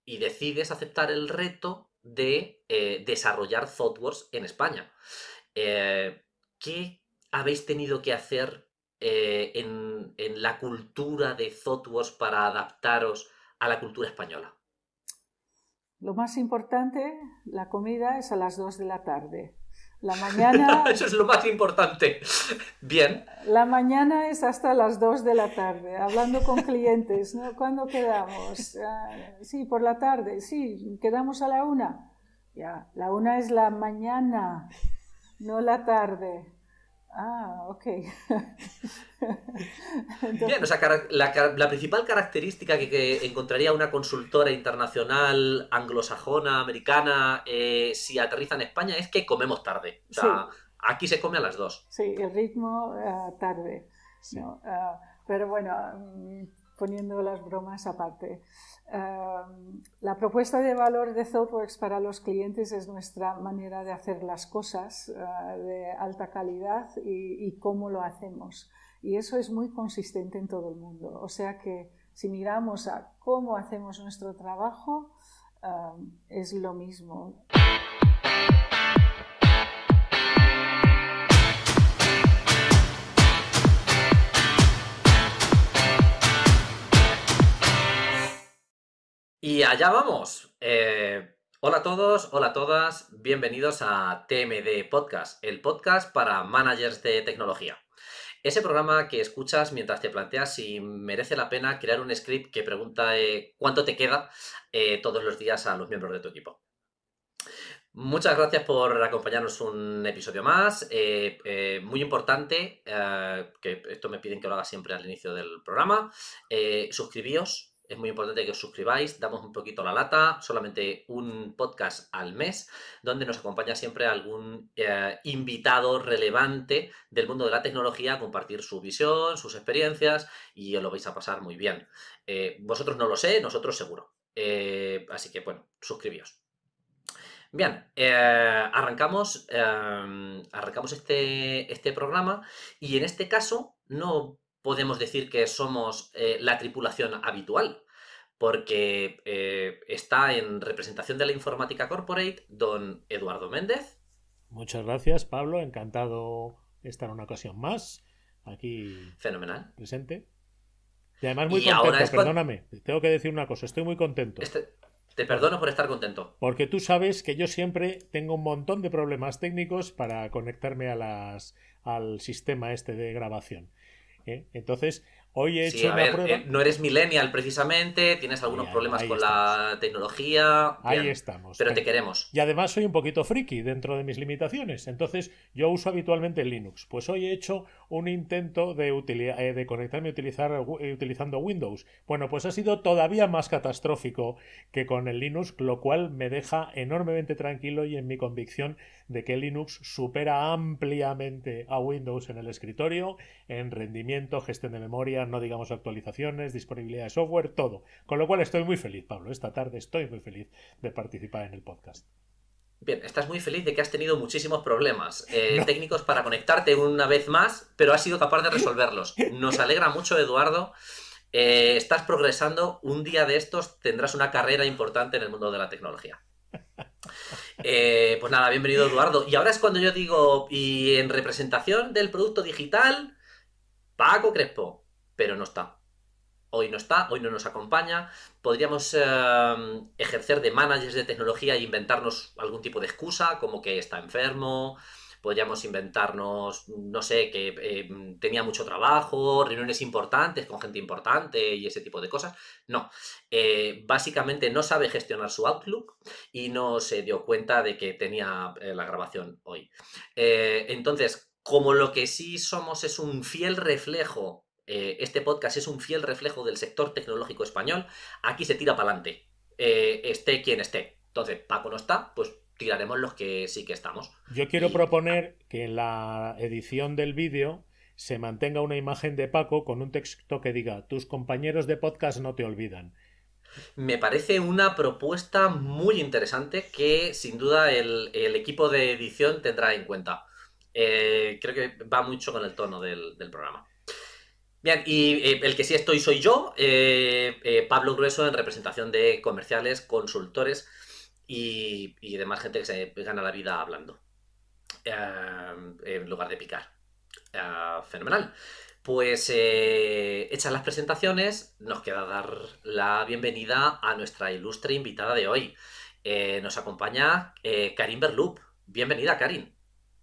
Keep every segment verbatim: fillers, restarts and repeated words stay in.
y decides aceptar el reto de eh, desarrollar ThoughtWorks en España. Eh, ¿Qué habéis tenido que hacer eh, en, en la cultura de ThoughtWorks para adaptaros a la cultura española? Lo más importante, la comida es a las dos de la tarde. La mañana... Eso es lo más importante. Bien. La mañana es hasta las dos de la tarde, hablando con clientes, ¿no? ¿Cuándo quedamos? Uh, sí, por la tarde, sí, quedamos a la una. Ya, la una es la mañana, no la tarde. Ah, ok. Entonces... Bien, o sea, la, la principal característica que, que encontraría una consultora internacional anglosajona, americana, eh, si aterriza en España, es que comemos tarde. O sea, sí. Aquí se come a las dos. Sí, el ritmo uh, tarde. Sí. ¿No? Uh, pero bueno, um, poniendo las bromas aparte. Uh, la propuesta de valor de ThoughtWorks para los clientes es nuestra manera de hacer las cosas uh, de alta calidad y, y cómo lo hacemos. Y eso es muy consistente en todo el mundo. O sea que si miramos a cómo hacemos nuestro trabajo, uh, es lo mismo. Y allá vamos. Eh, hola a todos, hola a todas, bienvenidos a T M D Podcast, el podcast para managers de tecnología. Ese programa que escuchas mientras te planteas si merece la pena crear un script que pregunta eh, cuánto te queda eh, todos los días a los miembros de tu equipo. Muchas gracias por acompañarnos un episodio más. Eh, eh, muy importante, eh, que esto me piden que lo haga siempre al inicio del programa, eh, suscribíos. Es muy importante que os suscribáis, damos un poquito la lata, solamente un podcast al mes, donde nos acompaña siempre algún eh, invitado relevante del mundo de la tecnología a compartir su visión, sus experiencias, y os lo vais a pasar muy bien. Eh, vosotros no lo sé, nosotros seguro. Eh, así que, bueno, suscribíos. Bien, eh, arrancamos, eh, arrancamos este, este programa y en este caso no podemos decir que somos eh, la tripulación habitual, porque eh, está en representación de la Informática Corporate don Eduardo Méndez. Muchas gracias, Pablo. Encantado de estar una ocasión más aquí Fenomenal. Presente. Y además muy y contento, ahora es perdóname. Cuando... Tengo que decir una cosa, estoy muy contento. Este... Te perdono por estar contento. Porque tú sabes que yo siempre tengo un montón de problemas técnicos para conectarme a las, al sistema este de grabación. ¿Eh? Entonces, hoy he sí, hecho a una ver, prueba. Eh, no eres millennial precisamente, tienes algunos ahí, problemas ahí con estamos. la tecnología. Ahí Bien, estamos. Pero te queremos. Y además soy un poquito friki dentro de mis limitaciones. Entonces, yo uso habitualmente Linux. Pues hoy he hecho un intento de, de conectarme y utilizar, utilizando Windows. Bueno, pues ha sido todavía más catastrófico que con el Linux, lo cual me deja enormemente tranquilo y en mi convicción de que Linux supera ampliamente a Windows en el escritorio, en rendimiento, gestión de memoria, no digamos actualizaciones, disponibilidad de software, todo. Con lo cual estoy muy feliz, Pablo. Esta tarde estoy muy feliz de participar en el podcast. Bien, estás muy feliz de que has tenido muchísimos problemas eh, no. técnicos para conectarte una vez más, pero has sido capaz de resolverlos. Nos alegra mucho, Eduardo. Eh, estás progresando. Un día de estos tendrás una carrera importante en el mundo de la tecnología. Eh, pues nada, bienvenido, Eduardo. Y ahora es cuando yo digo, y en representación del producto digital, Paco Crespo, pero no está. Hoy no está, hoy no nos acompaña. Podríamos eh, ejercer de managers de tecnología e inventarnos algún tipo de excusa, como que está enfermo. Podríamos inventarnos, no sé, que eh, tenía mucho trabajo, reuniones importantes con gente importante y ese tipo de cosas. No, eh, básicamente no sabe gestionar su Outlook y no se dio cuenta de que tenía eh, la grabación hoy. Eh, entonces, como lo que sí somos es un fiel reflejo, eh, este podcast es un fiel reflejo del sector tecnológico español, aquí se tira para adelante, eh, esté quien esté. Entonces, Paco no está, pues tiraremos los que sí que estamos. Yo quiero y... proponer que en la edición del vídeo se mantenga una imagen de Paco con un texto que diga: tus compañeros de podcast no te olvidan. Me parece una propuesta muy interesante que sin duda el, el equipo de edición tendrá en cuenta. Eh, creo que va mucho con el tono del, del programa. Bien, y eh, el que sí estoy soy yo, eh, eh, Pablo Grueso, en representación de comerciales, consultores y, y demás gente que se gana la vida hablando, eh, en lugar de picar. Eh, fenomenal. Pues eh, hechas las presentaciones, nos queda dar la bienvenida a nuestra ilustre invitada de hoy. Eh, nos acompaña eh, Karin Berlup. Bienvenida, Karin.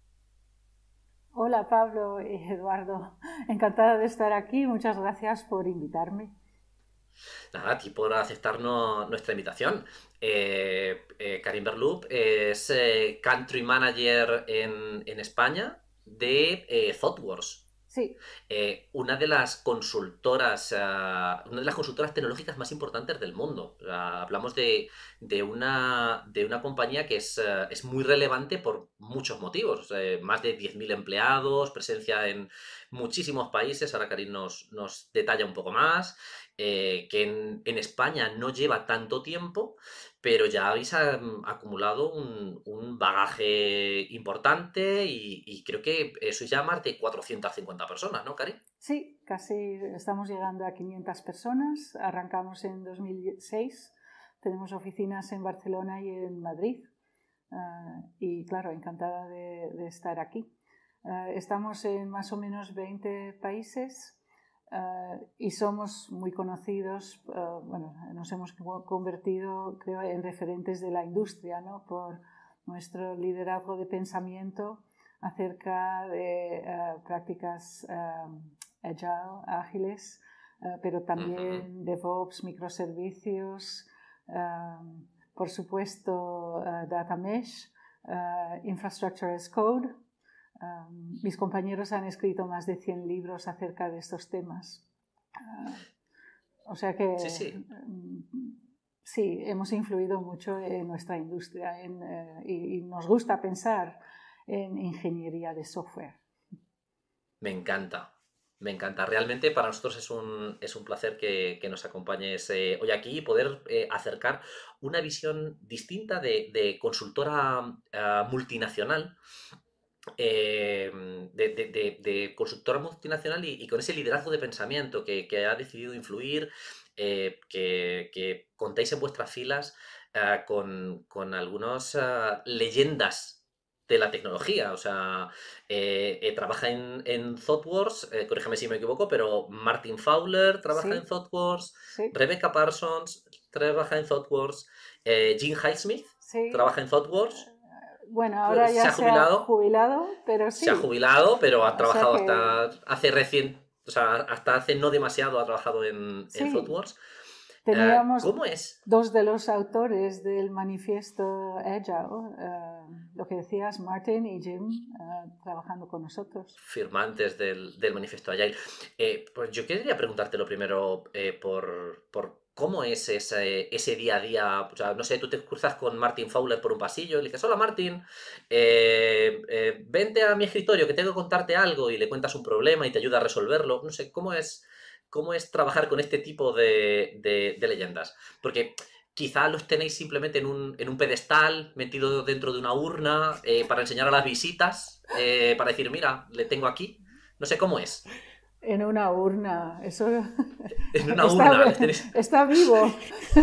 Hola Pablo y Eduardo, encantada de estar aquí, muchas gracias por invitarme. Nada, a ti por aceptarnos nuestra invitación. Eh, eh, Karin Berlup es eh, Country Manager en, en España de eh, ThoughtWorks. Sí. Eh, una de las consultoras, uh, una de las consultoras tecnológicas más importantes del mundo. Uh, hablamos de, de, una, de una compañía que es, uh, es muy relevante por muchos motivos. Uh, más de diez mil empleados, presencia en muchísimos países. Ahora Karin nos, nos detalla un poco más. Eh, que en, en España no lleva tanto tiempo, pero ya habéis um, acumulado un, un bagaje importante y, y creo que eso ya más de cuatrocientas cincuenta personas, ¿no, Karin? Sí, casi estamos llegando a quinientas personas. Arrancamos en dos mil seis, tenemos oficinas en Barcelona y en Madrid. Uh, y claro, encantada de, de estar aquí. Uh, estamos en más o menos veinte países. Uh, y somos muy conocidos, uh, bueno, nos hemos convertido, creo, en referentes de la industria, ¿no? Por nuestro liderazgo de pensamiento acerca de uh, prácticas uh, agile, ágiles, uh, pero también uh-huh. DevOps, microservicios, uh, por supuesto, uh, Data Mesh, uh, Infrastructure as Code. Um, mis compañeros han escrito más de cien libros acerca de estos temas. Uh, o sea que sí, sí. Um, sí, hemos influido mucho en nuestra industria en, uh, y, y nos gusta pensar en ingeniería de software. Me encanta. Me encanta. Realmente para nosotros es un, es un placer que, que nos acompañes eh, hoy aquí y poder eh, acercar una visión distinta de, de consultora uh, multinacional. Eh, de, de, de, de consultora multinacional y, y con ese liderazgo de pensamiento que, que ha decidido influir, eh, que, que contáis en vuestras filas uh, con, con algunas uh, leyendas de la tecnología. O sea, eh, eh, trabaja en, en ThoughtWorks, eh, corríjame si me equivoco, pero Martin Fowler trabaja sí, en ThoughtWorks, sí. Rebecca Parsons trabaja en ThoughtWorks, eh, Jim Highsmith sí. trabaja en ThoughtWorks. Bueno, ahora ya se ha jubilado, se ha jubilado, pero sí. Se ha jubilado, pero ha o trabajado sea que... hasta hace recién, o sea, hasta hace no demasiado ha trabajado en, sí. en ThoughtWorks. Teníamos Uh, ¿Cómo es? dos de los autores del manifiesto Agile, uh, lo que decías, Martin y Jim, uh, trabajando con nosotros. Firmantes del, del manifiesto Agile. Eh, pues yo quería preguntarte lo primero eh, por, por cómo es ese, ese día a día. O sea, no sé, tú te cruzas con Martin Fowler por un pasillo y le dices, hola Martin, eh, eh, vente a mi escritorio que tengo que contarte algo y le cuentas un problema y te ayuda a resolverlo. No sé, ¿cómo es, cómo es trabajar con este tipo de, de, de leyendas? Porque quizá los tenéis simplemente en un, en un pedestal, metido dentro de una urna, eh, para enseñar a las visitas, eh, para decir, mira, le tengo aquí. No sé cómo es. En una urna, eso... En una está, urna. Tenéis... Está vivo.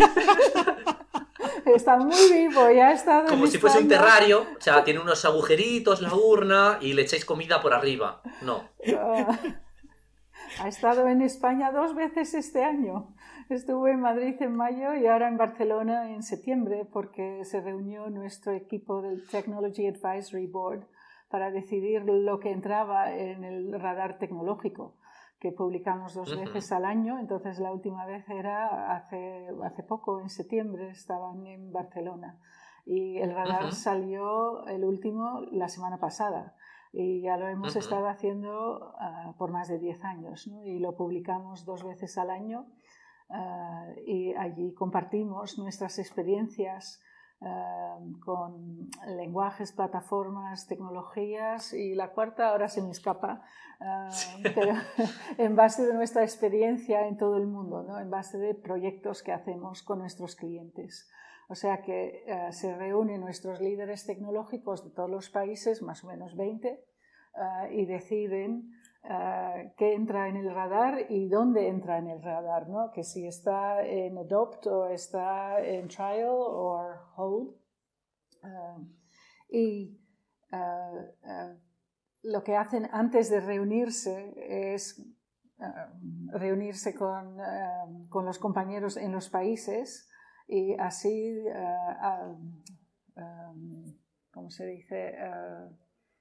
Está muy vivo, ya ha estado Como en si España. fuese un terrario, o sea, tiene unos agujeritos la urna y le echáis comida por arriba. No. Uh, ha estado en España dos veces este año. Estuvo en Madrid en mayo y ahora en Barcelona en septiembre porque se reunió nuestro equipo del Technology Advisory Board para decidir lo que entraba en el radar tecnológico, que publicamos dos uh-huh. veces al año. Entonces la última vez era hace, hace poco, en septiembre, estaban en Barcelona. Y el radar uh-huh. salió el último la semana pasada. Y ya lo hemos uh-huh. estado haciendo uh, por más de diez años, ¿no? Y lo publicamos dos veces al año. Uh, y allí compartimos nuestras experiencias uh, con lenguajes, plataformas, tecnologías y la cuarta ahora se me escapa, uh, sí. pero en base de nuestra experiencia en todo el mundo, ¿no? En base de proyectos que hacemos con nuestros clientes. O sea que uh, se reúnen nuestros líderes tecnológicos de todos los países, más o menos veinte, uh, y deciden uh, qué entra en el radar y dónde entra en el radar, ¿no? Que si está en adopt o está en trial o hold. Uh, y uh, uh, lo que hacen antes de reunirse es uh, reunirse con, uh, con los compañeros en los países y así, uh, um, um, ¿cómo se dice? Uh,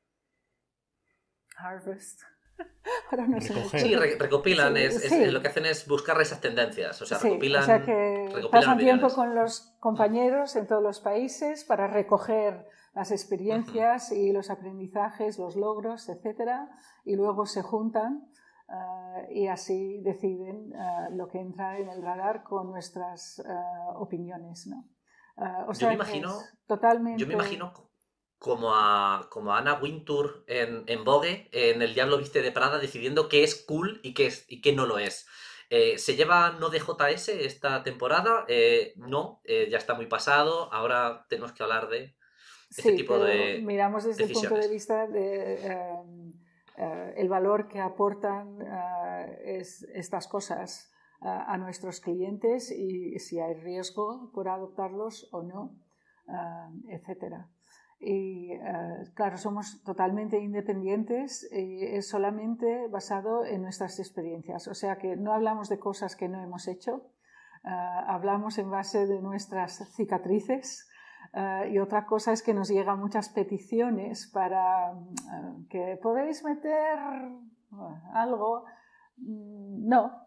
harvest. Ahora no sé sí, re recopilan, sí, es, sí. Es, lo que hacen es buscar esas tendencias, o sea, sí, recopilan, o sea que recopilan pasan opiniones. tiempo con los compañeros en todos los países para recoger las experiencias uh-huh. y los aprendizajes, los logros, etcétera, y luego se juntan uh, y así deciden uh, lo que entra en el radar con nuestras uh, opiniones, ¿no? Uh, o sea, yo me imagino, totalmente... yo me imagino como a, como a Anna Wintour en, en Vogue, en El Diablo Viste de Prada, decidiendo qué es cool y qué, es, y qué no lo es. Eh, ¿Se lleva no de J S esta temporada? Eh, no, eh, ya está muy pasado. Ahora tenemos que hablar de este sí, tipo pero de miramos desde decisiones. el punto de vista de um, uh, el valor que aportan uh, es, estas cosas uh, a nuestros clientes y si hay riesgo por adoptarlos o no, uh, etcétera. Y uh, claro, somos totalmente independientes y es solamente basado en nuestras experiencias. O sea que no hablamos de cosas que no hemos hecho, uh, hablamos en base de nuestras cicatrices uh, y otra cosa es que nos llegan muchas peticiones para uh, que podéis meter uh, algo. No,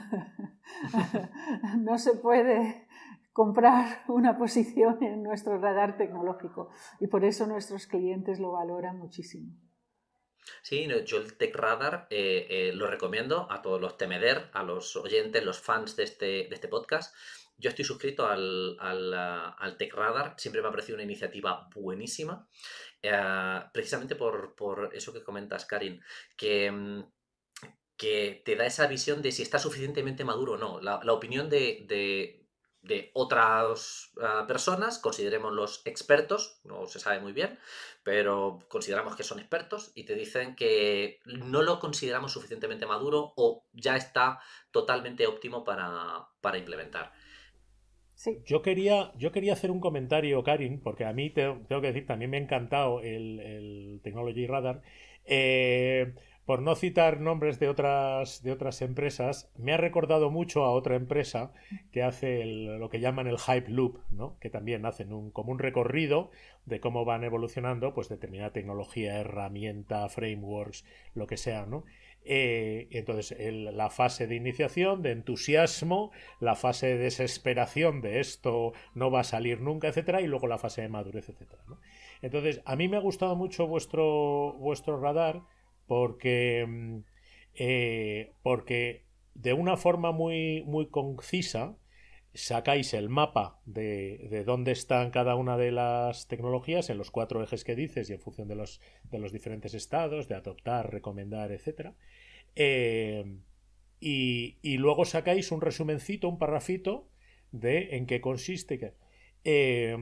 no se puede comprar una posición en nuestro radar tecnológico y por eso nuestros clientes lo valoran muchísimo. Sí, yo el Tech Radar eh, eh, lo recomiendo a todos los temeder, a los oyentes, los fans de este, de este podcast. Yo estoy suscrito al, al, uh, al Tech Radar, siempre me ha parecido una iniciativa buenísima, eh, precisamente por, por eso que comentas, Karin, que... Um, que te da esa visión de si está suficientemente maduro o no. La, la opinión de, de, de otras uh, personas, consideremos los expertos, no se sabe muy bien, pero consideramos que son expertos y te dicen que no lo consideramos suficientemente maduro o ya está totalmente óptimo para, para implementar. Sí. Yo quería, yo quería hacer un comentario, Karin, porque a mí te, tengo que decir, también me ha encantado el, el Technology Radar. Eh, por no citar nombres de otras, de otras empresas, me ha recordado mucho a otra empresa que hace el, lo que llaman el Hype Loop, ¿no? Que también hacen un, como un recorrido de cómo van evolucionando pues determinada tecnología, herramienta, frameworks, lo que sea, ¿no? Eh, entonces el, la fase de iniciación, de entusiasmo, la fase de desesperación de esto no va a salir nunca, etcétera, y luego la fase de madurez, etcétera, ¿no? Entonces a mí me ha gustado mucho vuestro, vuestro radar porque eh, porque de una forma muy, muy concisa sacáis el mapa de, de dónde están cada una de las tecnologías en los cuatro ejes que dices y en función de los, de los diferentes estados, de adoptar, recomendar, etcétera. Eh, y, y luego sacáis un resumencito, un parrafito de en qué consiste. Que, eh,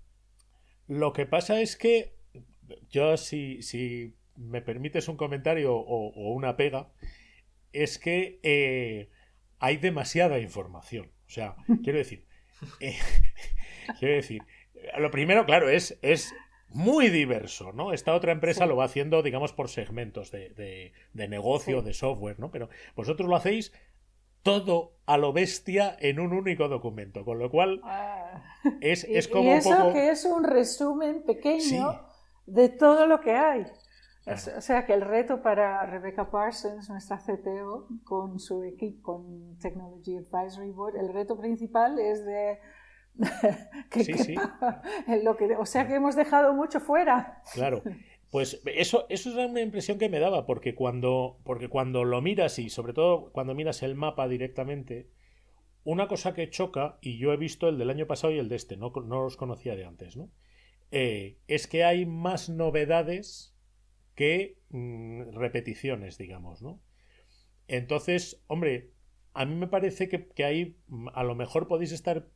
lo que pasa es que yo, si, si me permites un comentario o, o una pega, es que eh, hay demasiada información. O sea, quiero decir, eh, quiero decir, lo primero, claro, es, es muy diverso, ¿no? Esta otra empresa sí. lo va haciendo, digamos, por segmentos de, de, de negocio, sí. de software, ¿no? Pero vosotros lo hacéis todo a lo bestia en un único documento, con lo cual ah. es, y, es como y eso un poco... que es un resumen pequeño sí. de todo lo que hay. Claro. O sea que el reto para Rebecca Parsons, nuestra C T O, con su equipo, con Technology Advisory Board, el reto principal es de que, sí, que sí. Lo que, o sea que hemos dejado mucho fuera. Claro, pues eso, eso es una impresión que me daba, porque cuando, porque cuando lo miras y sobre todo cuando miras el mapa directamente, una cosa que choca, y yo he visto el del año pasado y el de este, no, no los conocía de antes, ¿no? Eh, es que hay más novedades que mmm, repeticiones, digamos, ¿no? Entonces, hombre, a mí me parece que, que ahí a lo mejor podéis estar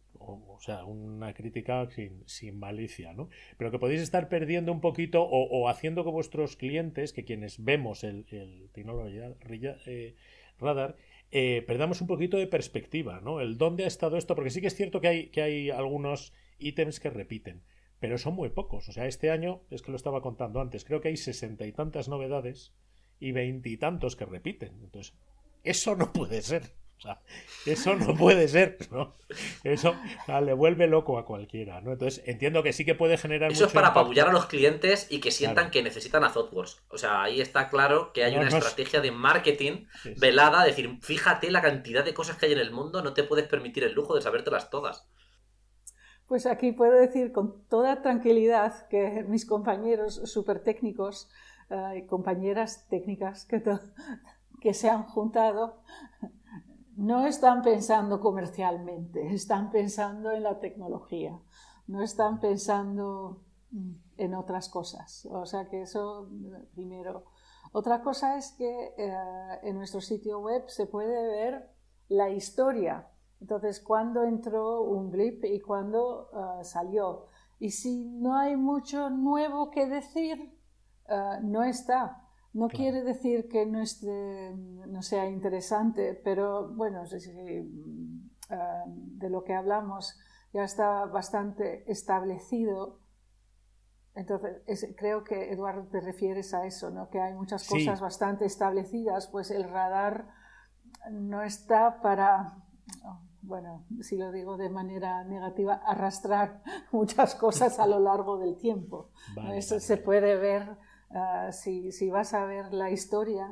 o, o sea, una crítica sin, sin malicia, ¿no? Pero que podéis estar perdiendo un poquito o, o haciendo que vuestros clientes, que quienes vemos el, el Technology eh, Radar, eh, perdamos un poquito de perspectiva, ¿no? El dónde ha estado esto, porque sí que es cierto que hay, que hay algunos ítems que repiten, pero son muy pocos. O sea, este año, es que lo estaba contando antes, creo que hay sesenta y tantas novedades y veintitantos que repiten. Entonces, eso no puede ser. O sea, eso no puede ser, ¿no? Eso o sea, le vuelve loco a cualquiera, ¿no? Entonces, entiendo que sí que puede generar Eso es mucho para impacto. apabullar a los clientes y que sientan Claro. que necesitan a ThoughtWorks. O sea, ahí está claro que hay No, una no es... estrategia de marketing es- velada, decir, fíjate la cantidad de cosas que hay en el mundo, no te puedes permitir el lujo de sabértelas todas. Pues aquí puedo decir con toda tranquilidad que mis compañeros súper técnicos uh, y compañeras técnicas que, que se han juntado no están pensando comercialmente, están pensando en la tecnología, no están pensando en otras cosas. O sea que eso, primero. Otra cosa es que eh, en nuestro sitio web se puede ver la historia. Entonces, cuándo entró un blip y cuándo uh, salió. Y si no hay mucho nuevo que decir, uh, no está. No Claro. quiere decir que no, esté, no sea interesante, pero bueno, si, si, uh, de lo que hablamos ya está bastante establecido. Entonces, es, creo que, Eduardo, te refieres a eso, ¿no? Que hay muchas Sí. cosas bastante establecidas, pues el radar no está para, bueno, si lo digo de manera negativa, arrastrar muchas cosas a lo largo del tiempo. Vale, Eso vale, se vale. puede ver, uh, si, si vas a ver la historia,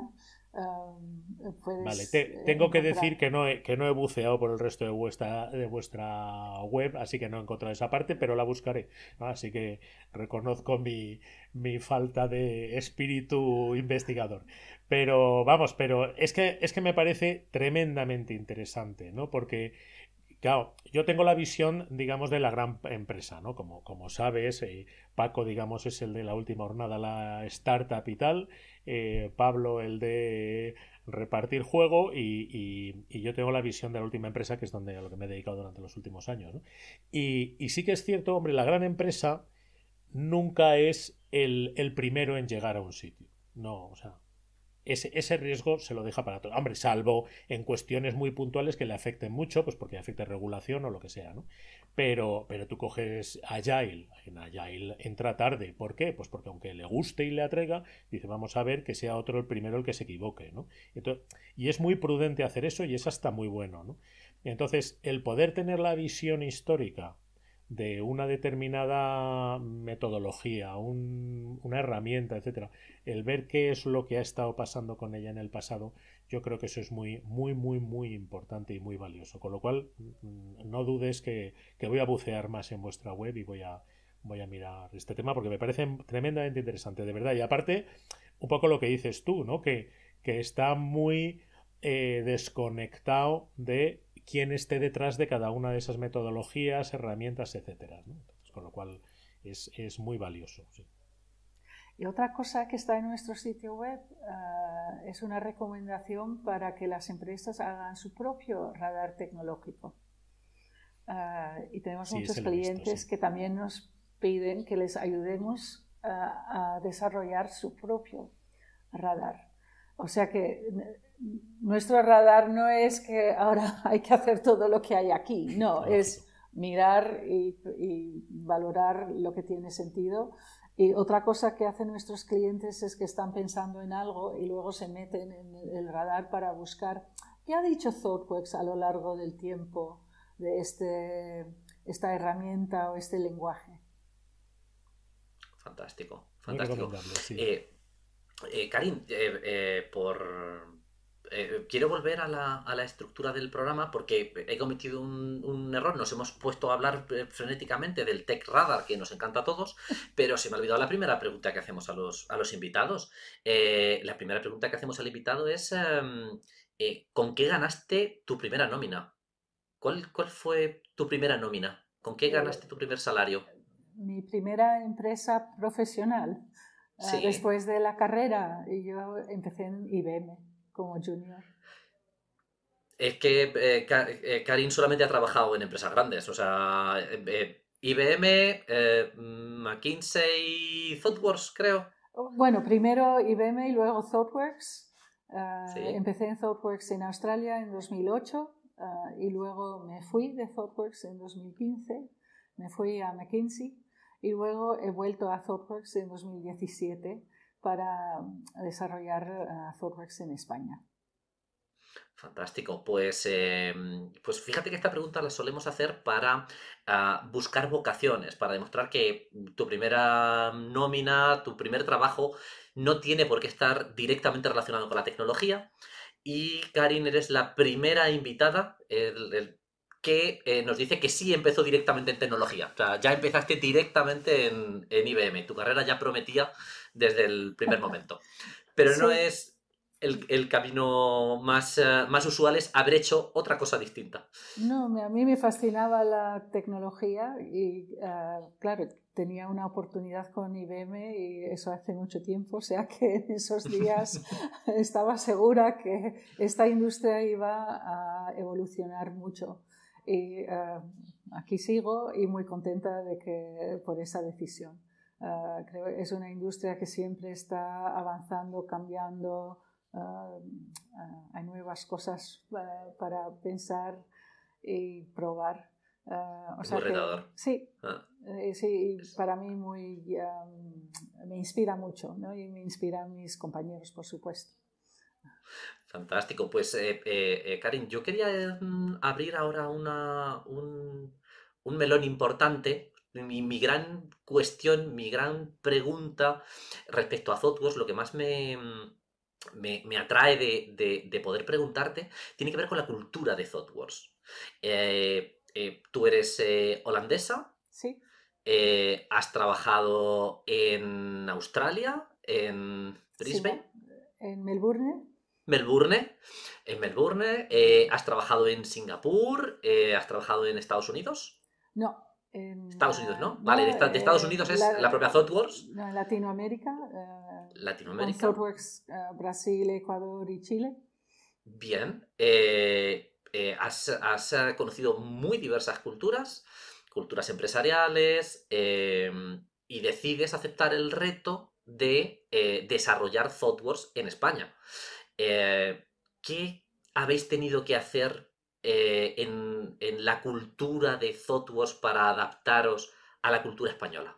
uh, puedes Vale, te, tengo encontrar. que decir que no, he, que no he buceado por el resto de vuestra, de vuestra web, así que no he encontrado esa parte, pero la buscaré, ¿no? Así que reconozco mi, mi falta de espíritu investigador. Pero vamos, pero es que, es que me parece tremendamente interesante, ¿no? Porque claro, yo tengo la visión, digamos, de la gran empresa, ¿no? Como, como sabes, eh, Paco, digamos, es el de la última jornada, la startup y tal, eh, Pablo el de repartir juego y, y, y, yo tengo la visión de la última empresa, que es donde a lo que me he dedicado durante los últimos años, ¿no? Y, y sí que es cierto, hombre, la gran empresa nunca es el, el primero en llegar a un sitio. No, o sea, ese, ese riesgo se lo deja para todo. Hombre, salvo en cuestiones muy puntuales que le afecten mucho, pues porque afecte regulación o lo que sea, ¿no? Pero, pero tú coges Agile, en Agile entra tarde. ¿Por qué? Pues porque aunque le guste y le atraiga, dice, vamos a ver que sea otro el primero el que se equivoque, ¿no? Entonces, y es muy prudente hacer eso y es hasta muy bueno, ¿no? Entonces, el poder tener la visión histórica de una determinada metodología, un, una herramienta, etcétera, el ver qué es lo que ha estado pasando con ella en el pasado, yo creo que eso es muy, muy, muy, muy importante y muy valioso. Con lo cual, no dudes que, que voy a bucear más en vuestra web y voy a, voy a mirar este tema porque me parece tremendamente interesante, de verdad. Y aparte, un poco lo que dices tú, ¿no? Que, que está muy eh, desconectado de quién esté detrás de cada una de esas metodologías, herramientas, etcétera, ¿no? Entonces, con lo cual es, es muy valioso. Sí. Y otra cosa que está en nuestro sitio web uh, es una recomendación para que las empresas hagan su propio radar tecnológico. Uh, y tenemos sí, muchos clientes visto, sí. que también nos piden que les ayudemos uh, a desarrollar su propio radar. O sea que nuestro radar no es que ahora hay que hacer todo lo que hay aquí, no, Lógico. Es mirar y, y valorar lo que tiene sentido. Y otra cosa que hacen nuestros clientes es que están pensando en algo y luego se meten en el radar para buscar qué ha dicho ThoughtWorks a lo largo del tiempo de este, esta herramienta o este lenguaje. Fantástico, fantástico. Sí. Eh, eh, Karin, eh, eh, por... Eh, quiero volver a la, a la estructura del programa porque he cometido un, un error. Nos hemos puesto a hablar frenéticamente del Tech Radar, que nos encanta a todos, pero se me ha olvidado la primera pregunta que hacemos a los, a los invitados. Eh, la primera pregunta que hacemos al invitado es eh, eh, ¿con qué ganaste tu primera nómina? ¿Cuál, ¿Cuál fue tu primera nómina? ¿Con qué ganaste tu primer salario? Mi primera empresa profesional. Sí. Uh, después de la carrera, yo empecé en I B M como junior. Es que eh, eh, Karin solamente ha trabajado en empresas grandes, o sea, eh, I B M, eh, McKinsey, ThoughtWorks, creo. Bueno, primero I B M y luego ThoughtWorks. Uh, sí. Empecé en ThoughtWorks en Australia en dos mil ocho uh, y luego me fui de ThoughtWorks en dos mil quince, me fui a McKinsey y luego he vuelto a ThoughtWorks en dos mil diecisiete para desarrollar uh, ThoughtWorks en España. Fantástico. Pues, eh, pues fíjate que esta pregunta la solemos hacer para uh, buscar vocaciones, para demostrar que tu primera nómina, tu primer trabajo, no tiene por qué estar directamente relacionado con la tecnología. Y Karin, eres la primera invitada el, el, que eh, nos dice que sí empezó directamente en tecnología. O sea, ya empezaste directamente en, en I B M. Tu carrera ya prometía desde el primer momento. Pero Sí. no es... El, el camino más, uh, más usual es haber hecho otra cosa distinta. No, a mí me fascinaba la tecnología y, uh, claro, tenía una oportunidad con I B M y eso hace mucho tiempo, o sea que en esos días estaba segura que esta industria iba a evolucionar mucho. Y uh, aquí sigo y muy contenta de que, por esa decisión. Uh, creo que es una industria que siempre está avanzando, cambiando. Uh, uh, hay nuevas cosas uh, para pensar y probar. Uh, o es sea muy que, retador. sí, Ah. eh, sí, para mí muy, um, me inspira mucho, ¿no? Y me inspiran mis compañeros, por supuesto. Fantástico. Pues, eh, eh, Karin, yo quería eh, abrir ahora una, un, un melón importante. Mi, mi gran cuestión, mi gran pregunta respecto a ThoughtWorks, lo que más me, me, me atrae de, de, de, poder preguntarte, tiene que ver con la cultura de ThoughtWorks. Eh, eh, tú eres eh, holandesa. Sí. Eh, has trabajado en Australia, en Brisbane. Sí, en Melbourne. Melbourne, en Melbourne, eh, ¿has trabajado en Singapur? Eh, ¿has trabajado en Estados Unidos? No, en, Estados Unidos, ¿no? uh, Vale, de, no, esta- de Estados eh, Unidos es la, la propia ThoughtWorks. no, en Latinoamérica, uh, con Latinoamérica. ThoughtWorks, uh, Brasil, Ecuador y Chile. Bien. Eh, eh, has, has conocido muy diversas culturas, culturas empresariales, eh, y decides aceptar el reto de eh, desarrollar ThoughtWorks en España. Eh, ¿Qué habéis tenido que hacer eh, en, en la cultura de ThoughtWorks para adaptaros a la cultura española?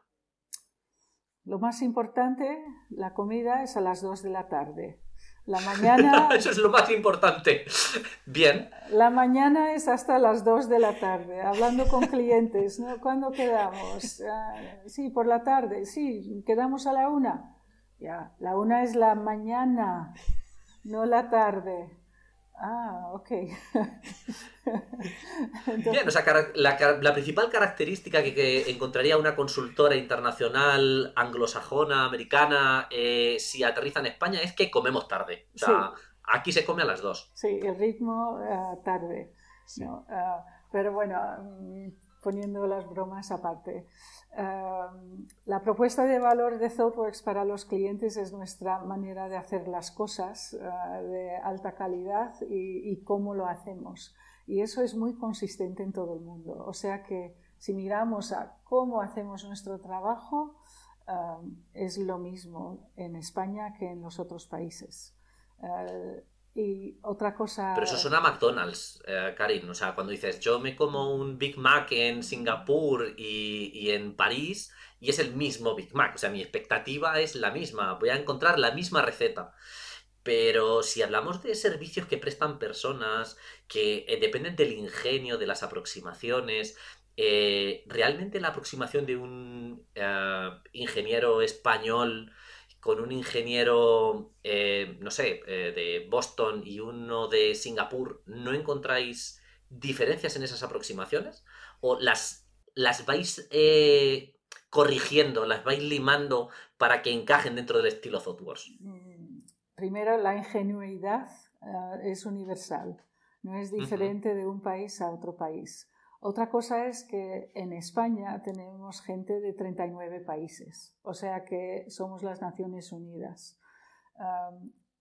Lo más importante, la comida es a las dos de la tarde. La mañana... Eso es lo más importante. Bien. La mañana es hasta las dos de la tarde, hablando con clientes, ¿no? ¿Cuándo quedamos? Uh, sí, por la tarde. Sí, quedamos a la una. Ya, la una es la mañana, no la tarde. Ah, ok. Entonces... Bien, o sea, la, la principal característica que, que encontraría una consultora internacional anglosajona, americana, eh, si aterriza en España, es que comemos tarde. O sea, sí. Aquí se come a las dos. Sí, el ritmo uh, tarde. Sí. ¿No? Uh, pero bueno, um, poniendo las bromas aparte. Uh, la propuesta de valor de ThoughtWorks para los clientes es nuestra manera de hacer las cosas uh, de alta calidad y, y cómo lo hacemos. Y eso es muy consistente en todo el mundo. O sea que si miramos a cómo hacemos nuestro trabajo, uh, es lo mismo en España que en los otros países. Uh, y otra cosa... Pero eso suena a McDonald's, eh, Karin. O sea, cuando dices, yo me como un Big Mac en Singapur y, y en París y es el mismo Big Mac. O sea, mi expectativa es la misma. Voy a encontrar la misma receta. Pero si hablamos de servicios que prestan personas, que eh, dependen del ingenio, de las aproximaciones, eh, realmente la aproximación de un eh, ingeniero español con un ingeniero, eh, no sé, eh, de Boston y uno de Singapur, ¿no encontráis diferencias en esas aproximaciones? ¿O las, las vais eh, corrigiendo, las vais limando para que encajen dentro del estilo ThoughtWorks? Primero, la ingenuidad uh, es universal, no es diferente uh-huh. de un país a otro país. Otra cosa es que en España tenemos gente de treinta y nueve países, o sea que somos las Naciones Unidas. Um,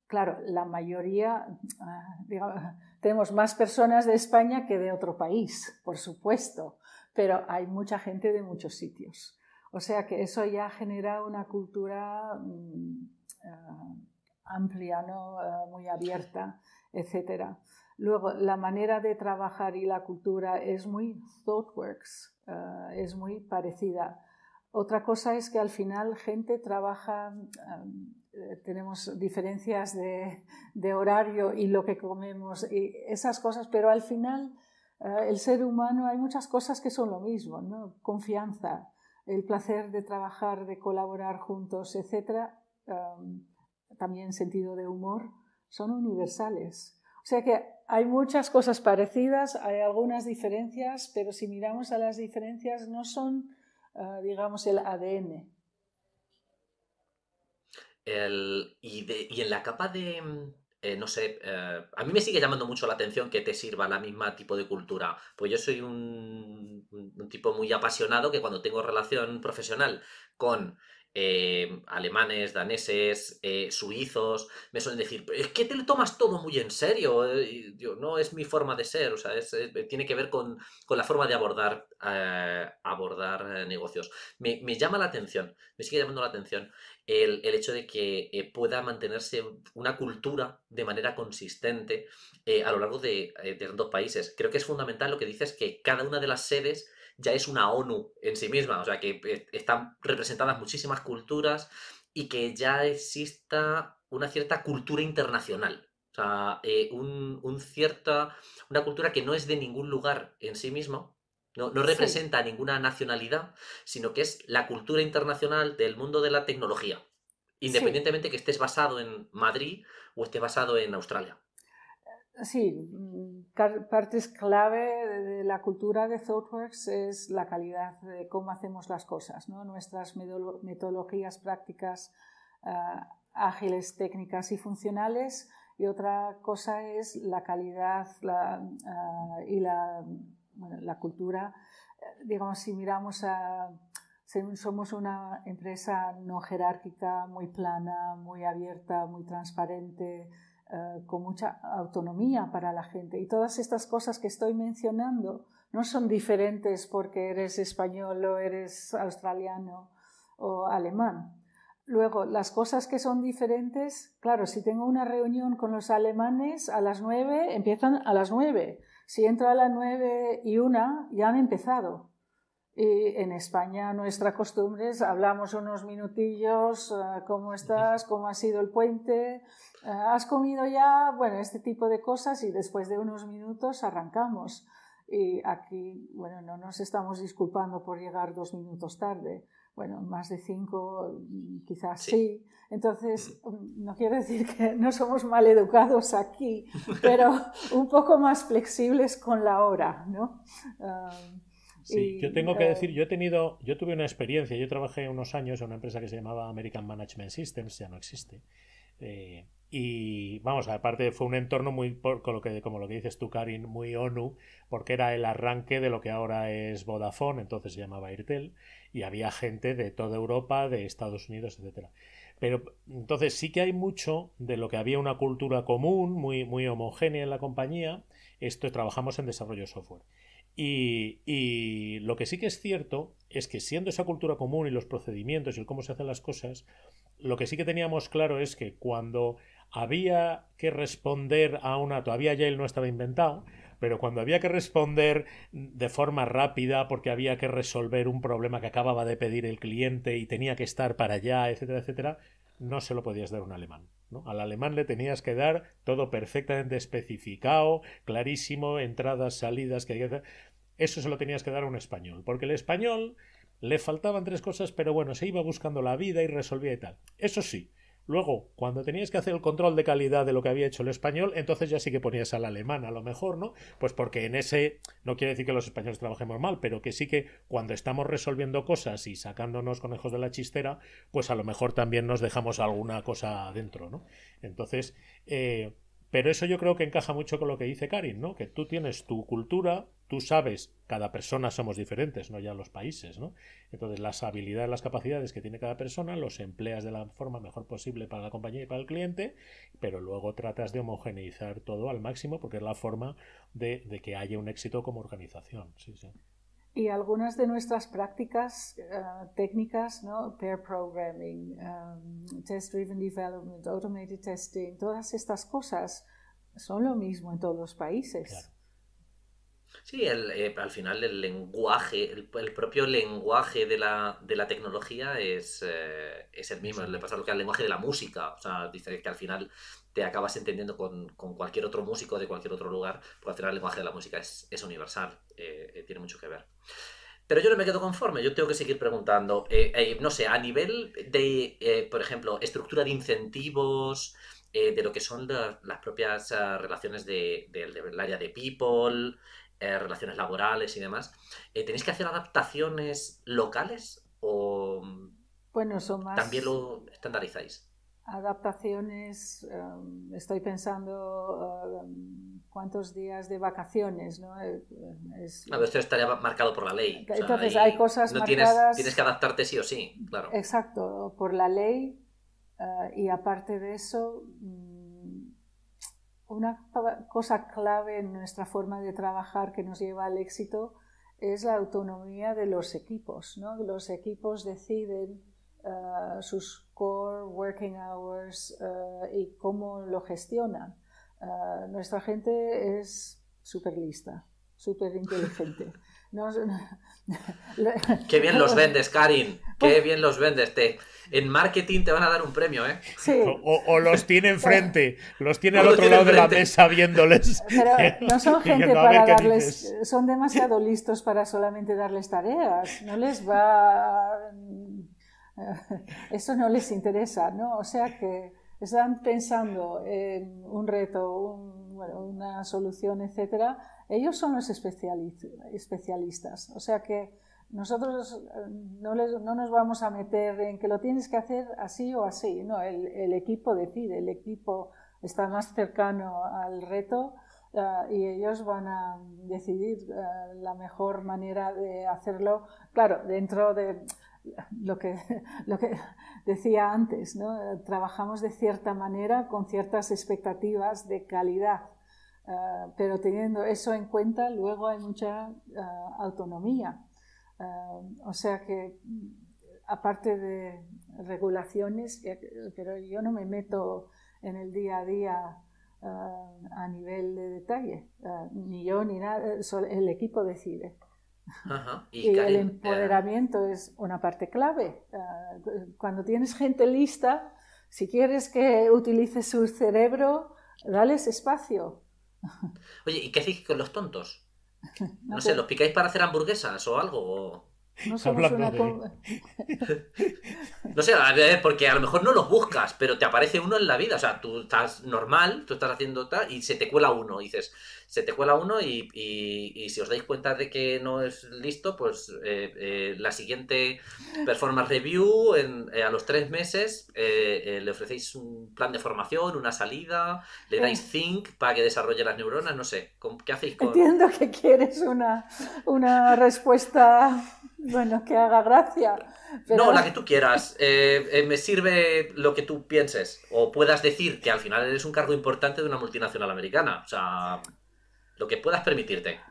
claro, la mayoría, digamos, tenemos más personas de España que de otro país, por supuesto, pero hay mucha gente de muchos sitios. O sea que eso ya genera una cultura um, uh, amplia, ¿no? Uh, muy abierta, etcétera. Luego, la manera de trabajar y la cultura es muy ThoughtWorks, uh, es muy parecida. Otra cosa es que al final gente trabaja, um, tenemos diferencias de, de horario y lo que comemos y esas cosas, pero al final uh, el ser humano hay muchas cosas que son lo mismo, ¿no? Confianza, el placer de trabajar, de colaborar juntos, etcétera. Um, también sentido de humor, son universales. O sea que hay muchas cosas parecidas, hay algunas diferencias, pero si miramos a las diferencias no son, uh, digamos, el A D N. El, y, de, y en la capa de, eh, no sé, eh, a mí me sigue llamando mucho la atención que te sirva la misma tipo de cultura, pues yo soy un, un tipo muy apasionado que cuando tengo relación profesional con eh, alemanes, daneses, eh, suizos, me suelen decir, es que te lo tomas todo muy en serio, eh, y yo, no es mi forma de ser, o sea, es, es, tiene que ver con, con la forma de abordar, eh, abordar eh, negocios. Me, me llama la atención, me sigue llamando la atención el, el hecho de que eh, pueda mantenerse una cultura de manera consistente eh, a lo largo de, eh, de tantos países. Creo que es fundamental lo que dices, que cada una de las sedes ya es una ONU en sí misma, o sea que eh, están representadas muchísimas culturas y que ya exista una cierta cultura internacional. O sea, eh, un, un cierta, una cultura que no es de ningún lugar en sí mismo, no, no representa a ninguna nacionalidad, sino que es la cultura internacional del mundo de la tecnología, independientemente Sí. que estés basado en Madrid o estés basado en Australia. Sí, partes clave de la cultura de ThoughtWorks es la calidad de cómo hacemos las cosas, ¿no? Nuestras metodologías prácticas uh, ágiles, técnicas y funcionales, y otra cosa es la calidad la, uh, y la, bueno, la cultura. Digamos, si miramos a... Somos una empresa no jerárquica, muy plana, muy abierta, muy transparente, Uh, con mucha autonomía para la gente. Y todas estas cosas que estoy mencionando no son diferentes porque eres español o eres australiano o alemán. Luego, las cosas que son diferentes, claro, si tengo una reunión con los alemanes a las nueve, empiezan a las nueve. Si entro a las nueve y una, ya han empezado. Y en España nuestra costumbre es hablamos unos minutillos, uh, ¿cómo estás? ¿Cómo ha sido el puente? Uh, ¿Has comido ya? Bueno, este tipo de cosas, y después de unos minutos arrancamos. Y aquí, bueno, no nos estamos disculpando por llegar dos minutos tarde. Bueno, más de cinco quizás sí. sí. Entonces, no quiero decir que no somos maleducados aquí, pero un poco más flexibles con la hora, ¿no? Uh, Sí, y, yo tengo que decir, yo he tenido, yo tuve una experiencia, yo trabajé unos años en una empresa que se llamaba American Management Systems, ya no existe, eh, y vamos, aparte fue un entorno muy, por, con lo que, como lo que dices tú, Karin, muy ONU, porque era el arranque de lo que ahora es Vodafone, entonces se llamaba Airtel, y había gente de toda Europa, de Estados Unidos, etcétera. Pero entonces sí que hay mucho de lo que había una cultura común, muy, muy homogénea en la compañía. Esto trabajamos en desarrollo de software. Y, y lo que sí que es cierto es que siendo esa cultura común y los procedimientos y el cómo se hacen las cosas, lo que sí que teníamos claro es que cuando había que responder a una... Todavía Agile no estaba inventado, pero cuando había que responder de forma rápida porque había que resolver un problema que acababa de pedir el cliente y tenía que estar para allá, etcétera, etcétera, no se lo podías dar a un alemán, ¿no? Al alemán le tenías que dar todo perfectamente especificado, clarísimo, entradas, salidas, que hay que hacer. Eso se lo tenías que dar a un español, porque el español le faltaban tres cosas, pero bueno, se iba buscando la vida y resolvía y tal. Eso sí, luego, cuando tenías que hacer el control de calidad de lo que había hecho el español, entonces ya sí que ponías al alemán a lo mejor, ¿no? Pues porque en ese, no quiere decir que los españoles trabajemos mal, pero que sí que cuando estamos resolviendo cosas y sacándonos conejos de la chistera, pues a lo mejor también nos dejamos alguna cosa adentro, ¿no? Entonces, eh, Pero eso yo creo que encaja mucho con lo que dice Karin, ¿no? Que tú tienes tu cultura, tú sabes, cada persona somos diferentes, no ya los países, ¿no? Entonces las habilidades, las capacidades que tiene cada persona los empleas de la forma mejor posible para la compañía y para el cliente, pero luego tratas de homogeneizar todo al máximo porque es la forma de, de que haya un éxito como organización. Sí, sí. Y algunas de nuestras prácticas uh, técnicas, ¿no? Pair programming, um, test-driven development, automated testing, todas estas cosas son lo mismo en todos los países. Claro. Sí, el, eh, al final el lenguaje, el, el propio lenguaje de la, de la tecnología es, eh, es el mismo. Sí. Le pasa lo que al lenguaje de la música. O sea, dice que al final te acabas entendiendo con, con cualquier otro músico de cualquier otro lugar, porque al final el lenguaje de la música es, es universal, eh, eh, tiene mucho que ver. Pero yo no me quedo conforme, yo tengo que seguir preguntando. Eh, eh, no sé, a nivel de, eh, por ejemplo, estructura de incentivos, eh, de lo que son la, las propias uh, relaciones de, de, del área de people, eh, relaciones laborales y demás, eh, ¿tenéis que hacer adaptaciones locales o bueno, son más también lo estandarizáis? Adaptaciones, um, estoy pensando um, cuántos días de vacaciones, ¿no? Es, A ver, esto estaría marcado por la ley. O sea, entonces hay cosas no marcadas... Tienes, tienes que adaptarte sí o sí, claro. Exacto, por la ley, uh, y aparte de eso, um, una cosa clave en nuestra forma de trabajar que nos lleva al éxito es la autonomía de los equipos, ¿no? Los equipos deciden Uh, sus core working hours uh, y cómo lo gestionan. Uh, nuestra gente es súper lista, súper inteligente. No, no, Qué bien los vendes, Karin. Qué bien los vendes. Te, en marketing te van a dar un premio, ¿eh? Sí. O, o los tiene enfrente, los tiene al otro lado de la mesa viéndoles. Pero no son gente para darles, son demasiado listos para solamente darles tareas. No les va... Eso no les interesa, ¿no? O sea que están pensando en un reto, un, bueno, una solución, etcétera. Ellos son los especialistas. O sea que nosotros no, les, no nos vamos a meter en que lo tienes que hacer así o así. No, el, el equipo decide, el equipo está más cercano al reto uh, y ellos van a decidir uh, la mejor manera de hacerlo. Claro, dentro de... Lo que, lo que decía antes, ¿no? Trabajamos de cierta manera con ciertas expectativas de calidad, uh, pero teniendo eso en cuenta luego hay mucha uh, autonomía, uh, o sea que aparte de regulaciones, pero yo no me meto en el día a día uh, a nivel de detalle, uh, ni yo ni nada, el equipo decide. Ajá. Y, y Karin, el empoderamiento eh... es una parte clave. Uh, cuando tienes gente lista, si quieres que utilice su cerebro, dales espacio. Oye, ¿y qué hacéis con los tontos? No, no sé, que... ¿los picáis para hacer hamburguesas o algo? O... No somos una... de... No sé, a ver, porque a lo mejor no los buscas, pero te aparece uno en la vida. O sea, tú estás normal, tú estás haciendo tal y se te cuela uno. Y dices, se te cuela uno y, y, y si os dais cuenta de que no es listo, pues eh, eh, la siguiente performance review en, eh, a los tres meses eh, eh, le ofrecéis un plan de formación, una salida, le dais Think para que desarrolle las neuronas, no sé. ¿Qué hacéis con...? Entiendo que quieres una, una respuesta, bueno, que haga gracia. Pero... No, la que tú quieras. Eh, eh, me sirve lo que tú pienses. O puedas decir que al final eres un cargo importante de una multinacional americana. O sea, lo que puedas permitirte.